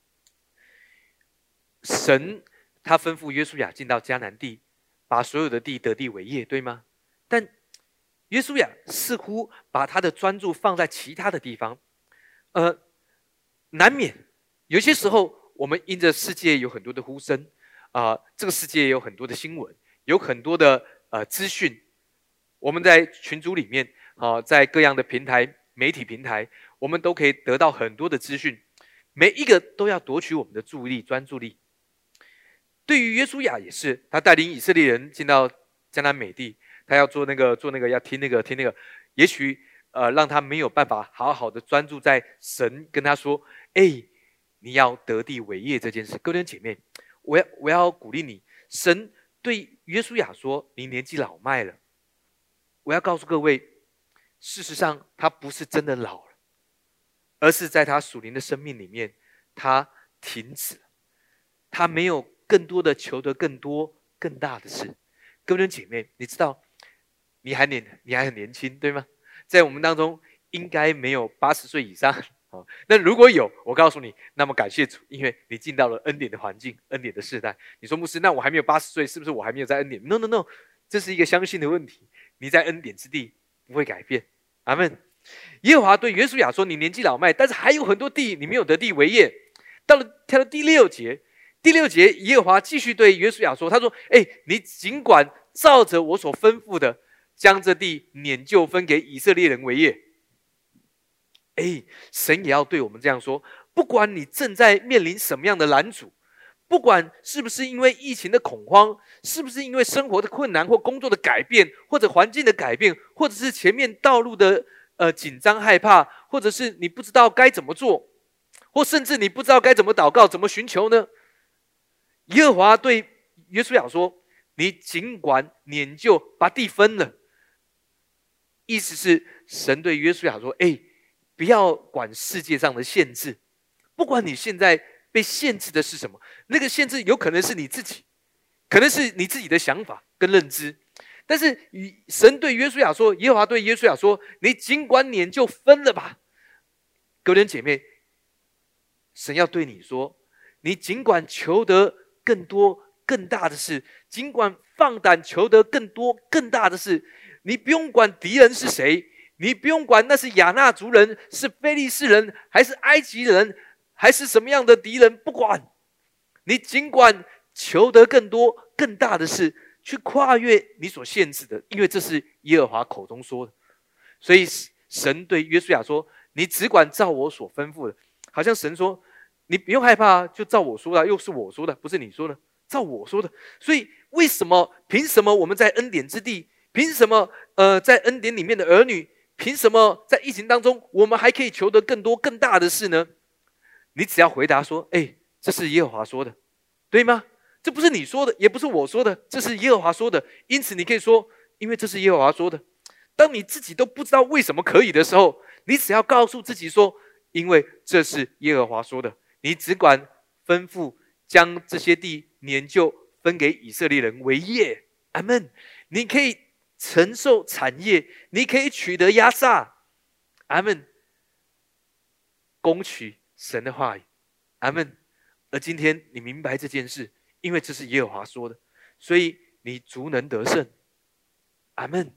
神他吩咐约书亚进到迦南地，把所有的地得地为业，对吗？但约书亚似乎把他的专注放在其他的地方，呃，难免有些时候，我们因着世界有很多的呼声，啊、呃，这个世界也有很多的新闻，有很多的呃资讯。我们在群组里面，啊、呃，在各样的平台、媒体平台，我们都可以得到很多的资讯，每一个都要夺取我们的注意力、专注力。对于约书亚也是，他带领以色列人进到迦南美地，他要做那个、做那个，要听那个、听那个，也许呃让他没有办法好好的专注在神跟他说，哎。你要得地为业这件事，各位姐妹，我要我要鼓励你。神对约书亚说：“你年纪老迈了。”我要告诉各位，事实上他不是真的老了，而是在他属灵的生命里面，他停止了，他没有更多的求得更多更大的事。各位姐妹，你知道，你还年你还很年轻，对吗？在我们当中，应该没有八十岁以上。好，那如果有，我告诉你，那么感谢主，因为你进到了恩典的环境，恩典的世代。你说牧师，那我还没有八十岁，是不是我还没有在恩典 ？No No No， 这是一个相信的问题。你在恩典之地不会改变。阿们。耶和华对约书亚说：“你年纪老迈，但是还有很多地你没有得地为业。”到了跳到第六节，第六节耶和华继续对约书亚说：“他说，哎，你尽管照着我所吩咐的，将这地撵就分给以色列人为业。”哎，神也要对我们这样说，不管你正在面临什么样的拦阻，不管是不是因为疫情的恐慌，是不是因为生活的困难或工作的改变，或者环境的改变，或者是前面道路的呃紧张害怕，或者是你不知道该怎么做，或甚至你不知道该怎么祷告，怎么寻求呢？耶和华对约书亚说：“你尽管撵就把地分了。”意思是神对约书亚说：“哎。”不要管世界上的限制，不管你现在被限制的是什么，那个限制有可能是你自己，可能是你自己的想法跟认知。但是神对约书亚说，耶和华对约书亚说：“你尽管撵就分了吧。”各位姐妹，神要对你说，你尽管求得更多更大的事，尽管放胆求得更多更大的事，你不用管敌人是谁。你不用管那是亚纳族人，是非利士人，还是埃及人，还是什么样的敌人，不管。你尽管求得更多更大的事，去跨越你所限制的，因为这是耶和华口中说的。所以神对约书亚说：“你只管照我所吩咐的。”好像神说：“你不用害怕，就照我说的，又是我说的，不是你说的，照我说的。”所以为什么？凭什么我们在恩典之地凭什么？呃，在恩典里面的儿女，凭什么在疫情当中，我们还可以求得更多更大的事呢？你只要回答说：“哎，这是耶和华说的，对吗？这不是你说的，也不是我说的，这是耶和华说的。因此，你可以说，因为这是耶和华说的。当你自己都不知道为什么可以的时候，你只要告诉自己说：因为这是耶和华说的。你只管吩咐将这些地年就分给以色列人为业。阿们。你可以承受产业，你可以取得亚萨。阿们。攻取神的话语。阿们。而今天你明白这件事，因为这是耶和华说的，所以你足能得胜。阿们。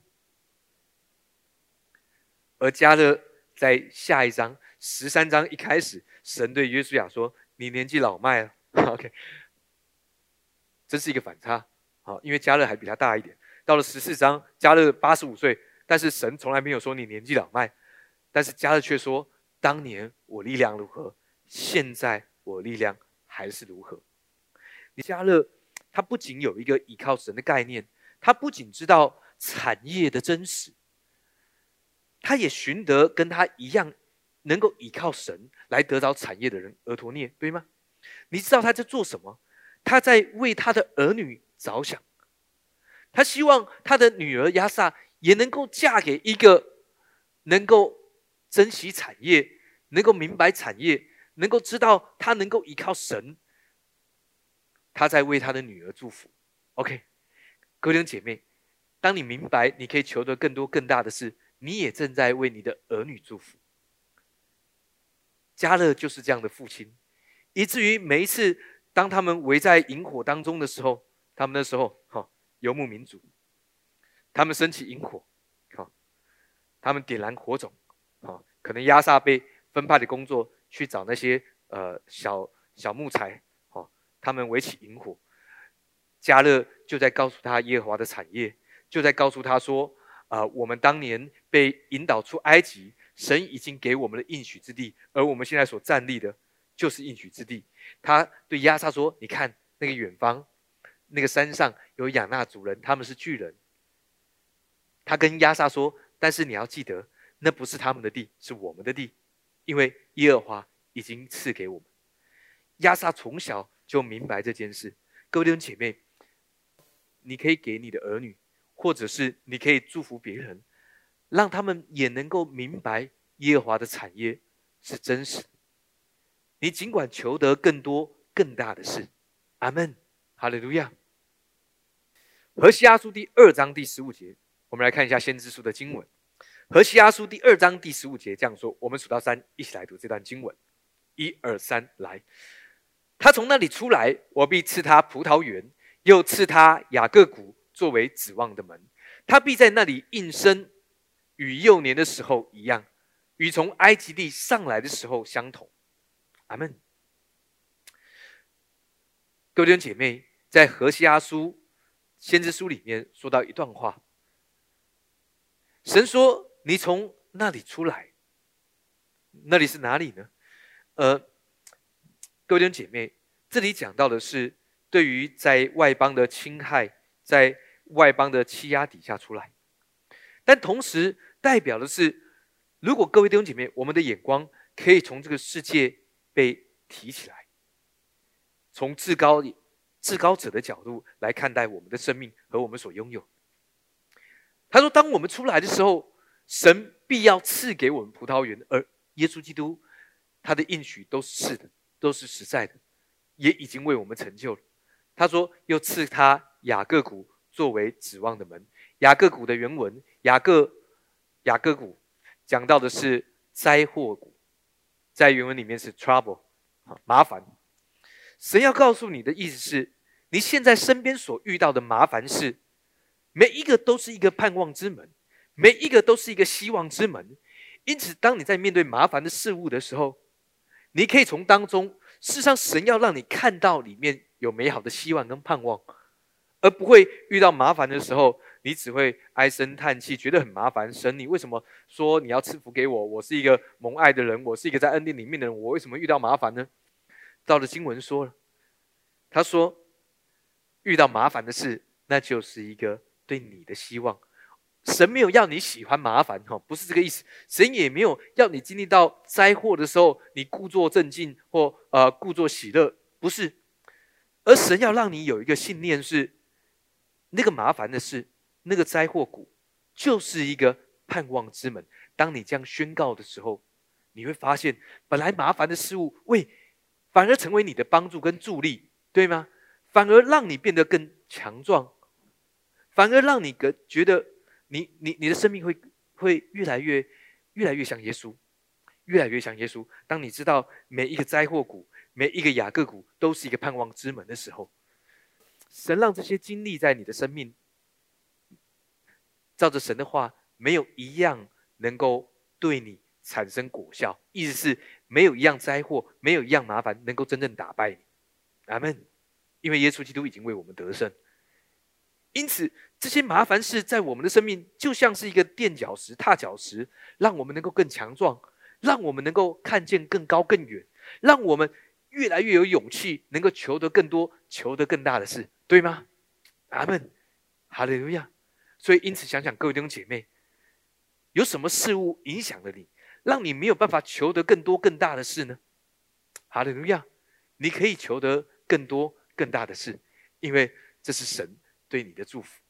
而加勒在下一章十三章一开始，神对约书亚说：“你年纪老迈了。” OK， 这是一个反差。好，因为加勒还比他大一点。到了十四章，加勒八十五岁，但是神从来没有说你年纪老迈，但是加勒却说：“当年我力量如何，现在我力量还是如何。”加勒他不仅有一个依靠神的概念，他不仅知道产业的真实，他也寻得跟他一样能够依靠神来得着产业的人俄陀聶，对吗？你知道他在做什么？他在为他的儿女着想，他希望他的女儿亚萨也能够嫁给一个能够珍惜产业，能够明白产业，能够知道他能够依靠神。他在为他的女儿祝福。 OK， 各位弟兄姐妹，当你明白你可以求得更多更大的事，你也正在为你的儿女祝福。加勒就是这样的父亲，以至于每一次当他们围在营火当中的时候，他们那时候、哦、游牧民族，他们升起营火、哦、他们点燃火种、哦、可能亚萨被分派的工作去找那些、呃、小, 小木材、哦、他们围起营火。加勒就在告诉他耶和华的产业，就在告诉他说、呃、我们当年被引导出埃及，神已经给我们的应许之地，而我们现在所站立的就是应许之地。他对亚萨说：“你看那个远方，那个山上有亚纳族人，他们是巨人。”他跟亚萨说：“但是你要记得，那不是他们的地，是我们的地，因为耶和华已经赐给我们。”亚萨从小就明白这件事。各位弟兄姐妹，你可以给你的儿女，或者是你可以祝福别人，让他们也能够明白耶和华的产业是真实的。你尽管求得更多更大的事。阿们。哈利路亚。何西阿书第二章第十五节，我们来看一下先知书的经文。何西阿书第二章第十五节这样说，我们数到三，一起来读这段经文。一二三，来。他从那里出来，我必赐他葡萄园，又赐他雅各谷作为指望的门。他必在那里应生，与幼年的时候一样，与从埃及地上来的时候相同。阿们。各位弟兄姐妹，在何西阿书先知书里面说到一段话，神说：“你从那里出来。”那里是哪里呢？呃，各位弟兄姐妹，这里讲到的是对于在外邦的侵害，在外邦的欺压底下出来，但同时代表的是，如果各位弟兄姐妹，我们的眼光可以从这个世界被提起来，从至高至高者的角度来看待我们的生命和我们所拥有。他说，当我们出来的时候，神必要赐给我们葡萄园，而耶稣基督他的应许都是是的，都是实在的，也已经为我们成就了。他说，又赐他雅各谷作为指望的门。雅各谷的原文，雅各雅各谷讲到的是灾祸谷，在原文里面是 trouble， 麻烦。神要告诉你的意思是，你现在身边所遇到的麻烦事，每一个都是一个盼望之门，每一个都是一个希望之门。因此当你在面对麻烦的事物的时候，你可以从当中，事实上神要让你看到里面有美好的希望跟盼望，而不会遇到麻烦的时候你只会唉声叹气，觉得很麻烦。神，你为什么说你要赐福给我？我是一个蒙爱的人，我是一个在恩典里面的人，我为什么遇到麻烦呢？到了经文说了，他说遇到麻烦的事，那就是一个对你的希望。 神没有要你喜欢麻烦，不是这个意思。神也没有要你经历到灾祸的时候，你故作镇静或呃故作喜乐，不是。而神要让你有一个信念是，那个麻烦的事，那个灾祸谷，就是一个盼望之门。当你这样宣告的时候，你会发现，本来麻烦的事物，喂，反而成为你的帮助跟助力，对吗？反而让你变得更强壮，反而让你觉得你你你的生命会会越来越越来越像耶稣，越来越像耶稣。当你知道每一个灾祸谷，每一个雅各谷都是一个盼望之门的时候，神让这些经历在你的生命，照着神的话，没有一样能够对你产生果效。意思是，没有一样灾祸，没有一样麻烦能够真正打败你。阿们。因为耶稣基督已经为我们得胜，因此这些麻烦事在我们的生命就像是一个垫脚石、踏脚石，让我们能够更强壮，让我们能够看见更高更远，让我们越来越有勇气，能够求得更多、求得更大的事，对吗？阿们，哈利路亚。所以因此想想各位弟兄姐妹，有什么事物影响了你，让你没有办法求得更多更大的事呢？哈利路亚，你可以求得更多更大的事，因为这是神对你的祝福。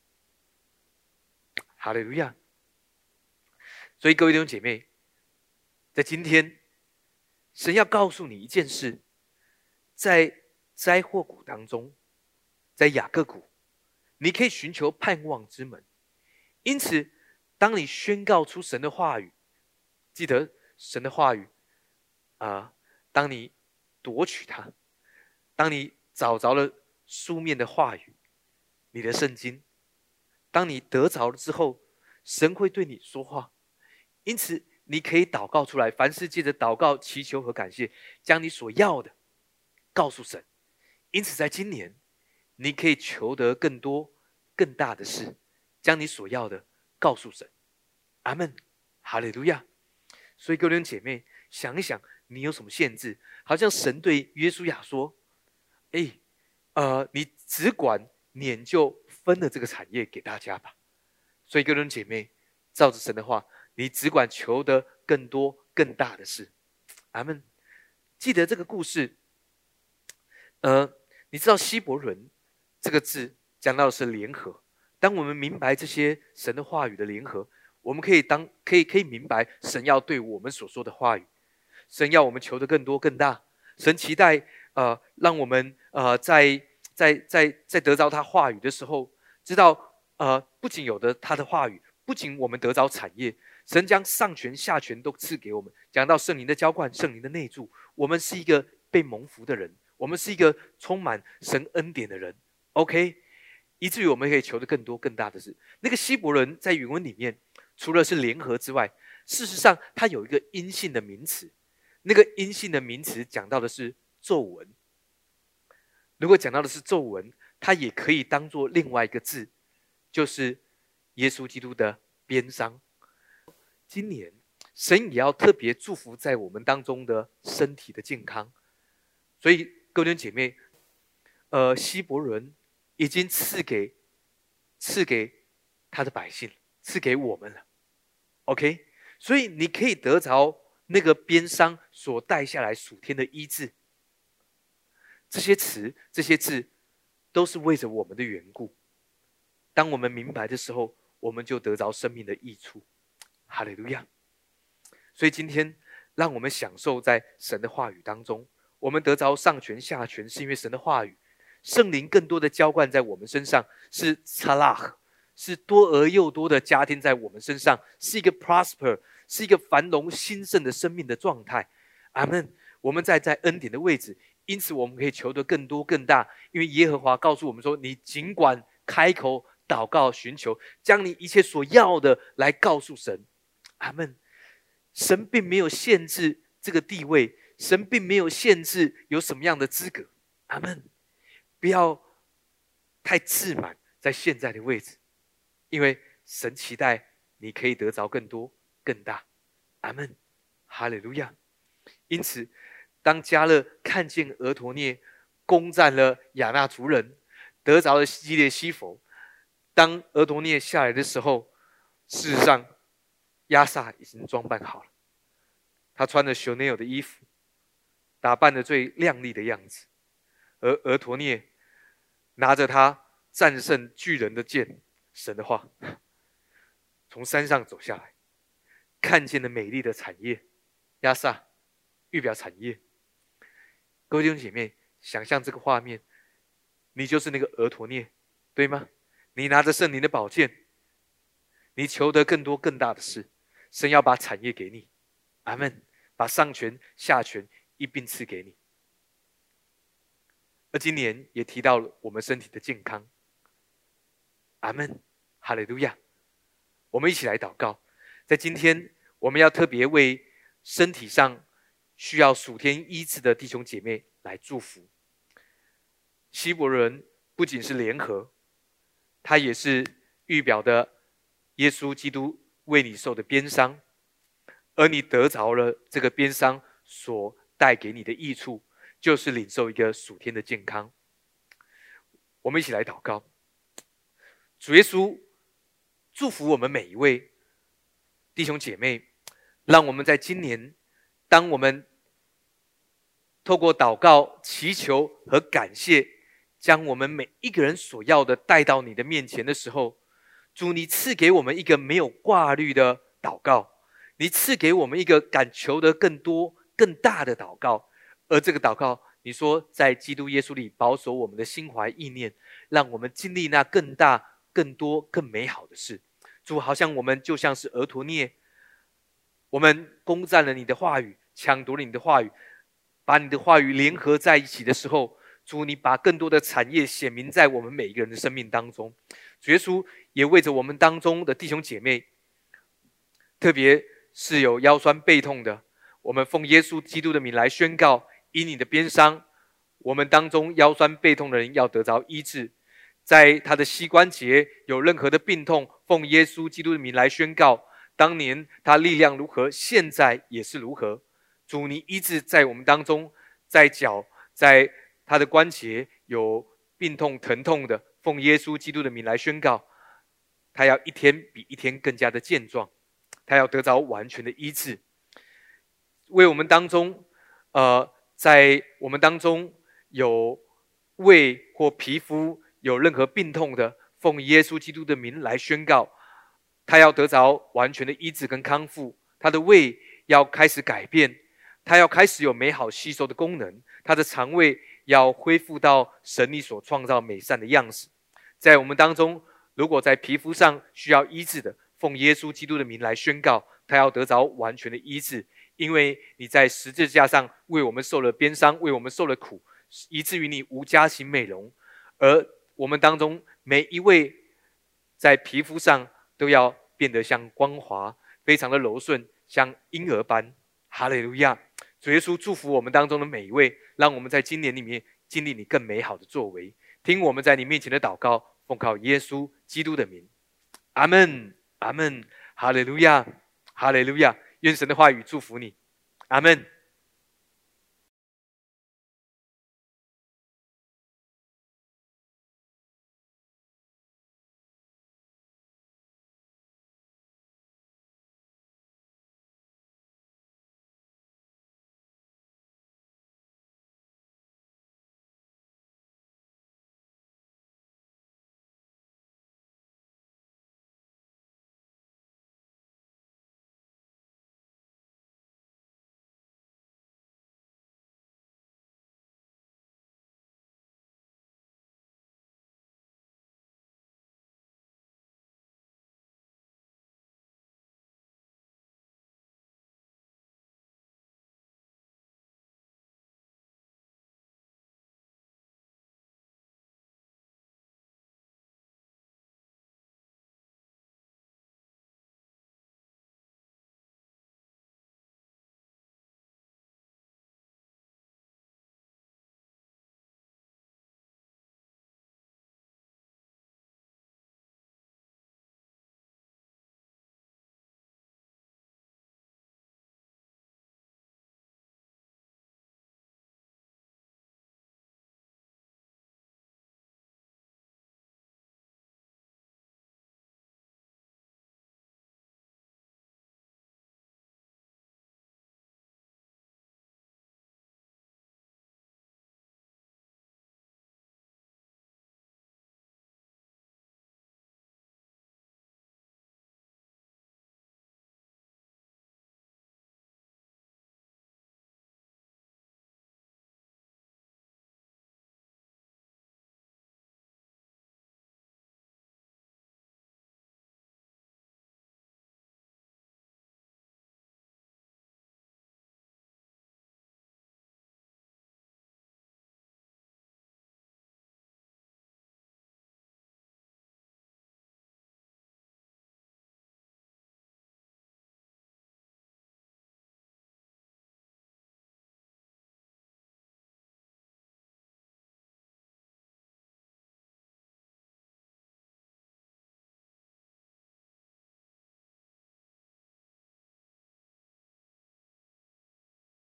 哈利路亚。所以各位弟兄姐妹，在今天神要告诉你一件事，在灾祸谷当中，在雅各谷，你可以寻求盼望之门。因此当你宣告出神的话语，记得神的话语啊、呃，当你夺取它，当你找着了书面的话语，你的圣经，当你得着了之后，神会对你说话。因此你可以祷告出来，凡事借着祷告、祈求和感谢，将你所要的告诉神。因此在今年你可以求得更多更大的事，将你所要的告诉神。阿们，哈利路亚。所以各位弟兄姐妹，想一想你有什么限制，好像神对约书亚说，哎，呃，你只管撵就分了这个产业给大家吧。所以各位弟兄姐妹，照着神的话，你只管求得更多更大的事。阿们。记得这个故事，呃，你知道希伯伦这个字讲到的是联合。当我们明白这些神的话语的联合，我们可以当可以可以明白神要对我们所说的话语。神要我们求得更多更大，神期待呃让我们呃在在在在得着他话语的时候，知道呃不仅有的他的话语，不仅我们得着产业，神将上权下权都赐给我们。讲到圣灵的浇灌，圣灵的内住，我们是一个被蒙福的人，我们是一个充满神恩典的人。 OK， 以至于我们可以求得更多更大的事。那个希伯伦在原文里面除了是联合之外，事实上它有一个阴性的名词，那个阴性的名词讲到的是皱纹。如果讲到的是皱纹，它也可以当作另外一个字，就是耶稣基督的鞭伤。今年神也要特别祝福在我们当中的身体的健康。所以各位弟兄姐妹，呃，希伯伦已经赐给赐给他的百姓，赐给我们了。 OK， 所以你可以得着那个鞭伤所带下来属天的医治。这些词这些字都是为着我们的缘故，当我们明白的时候，我们就得着生命的益处。哈利路亚。所以今天让我们享受在神的话语当中，我们得着上权下权，是因为神的话语，圣灵更多的浇灌在我们身上，是查拉，是多而又多的加添在我们身上，是一个 prosper， 是一个繁荣兴盛的生命的状态。阿们。我们在在恩典的位置，因此我们可以求得更多更大，因为耶和华告诉我们说，你尽管开口祷告寻求，将你一切所要的来告诉神。阿们。神并没有限制这个地位，神并没有限制有什么样的资格。阿们。不要太自满在现在的位置，因为神期待你可以得着更多更大。阿们。哈利路亚。因此当迦勒看见俄陀聶攻占了亚衲族人，得着了基列西弗，当俄陀聶下来的时候， 事实上，亚萨已经装扮好了，他穿着 Chanel 的衣服，打扮的最靓丽的样子，而俄陀涅拿着他战胜巨人的剑，神的话，从山上走下来，看见了美丽的产业，亚萨预表产业。各位弟兄姐妹，想象这个画面，你就是那个俄陀涅，对吗？你拿着圣灵的宝剑，你求得更多更大的事，神要把产业给你，阿们，把上权下权一并赐给你。而今年也提到了我们身体的健康，阿们，哈利路亚。我们一起来祷告，在今天我们要特别为身体上需要属天医治的弟兄姐妹来祝福。希伯来人不仅是联合，它也是预表的耶稣基督为你受的鞭伤，而你得着了这个鞭伤所带给你的益处，就是领受一个属天的健康。我们一起来祷告，主耶稣祝福我们每一位弟兄姐妹，让我们在今年，当我们透过祷告、祈求和感谢，将我们每一个人所要的带到你的面前的时候，主，你赐给我们一个没有挂虑的祷告，你赐给我们一个敢求得更多更大的祷告，而这个祷告你说在基督耶稣里保守我们的心怀意念，让我们经历那更大更多更美好的事。主，好像我们就像是俄陀涅，我们攻占了你的话语，抢夺了你的话语，把你的话语联合在一起的时候，主，你把更多的产业显明在我们每一个人的生命当中。主耶稣也为着我们当中的弟兄姐妹，特别是有腰酸背痛的，我们奉耶稣基督的名来宣告，因你的鞭伤，我们当中腰酸背痛的人要得着医治。在他的膝关节有任何的病痛，奉耶稣基督的名来宣告，当年他力量如何，现在也是如何。主，你医治在我们当中，在脚，在他的关节有病痛疼痛的，奉耶稣基督的名来宣告，他要一天比一天更加的健壮，他要得着完全的医治。为我们当中呃，在我们当中有胃或皮肤有任何病痛的，奉耶稣基督的名来宣告，他要得着完全的医治跟康复，他的胃要开始改变，他要开始有美好吸收的功能，他的肠胃要恢复到神你所创造美善的样式。在我们当中，如果在皮肤上需要医治的，奉耶稣基督的名来宣告，他要得着完全的医治，因为你在十字架上为我们受了鞭伤，为我们受了苦，以至于你无家型美容。而我们当中每一位在皮肤上都要变得像光滑，非常的柔顺，像婴儿般。哈利路亚！主耶稣祝福我们当中的每一位，让我们在今年里面经历你更美好的作为。听我们在你面前的祷告，奉靠耶稣基督的名，阿们，阿们，哈利路亚，哈利路亚！愿神的话语祝福你，阿们。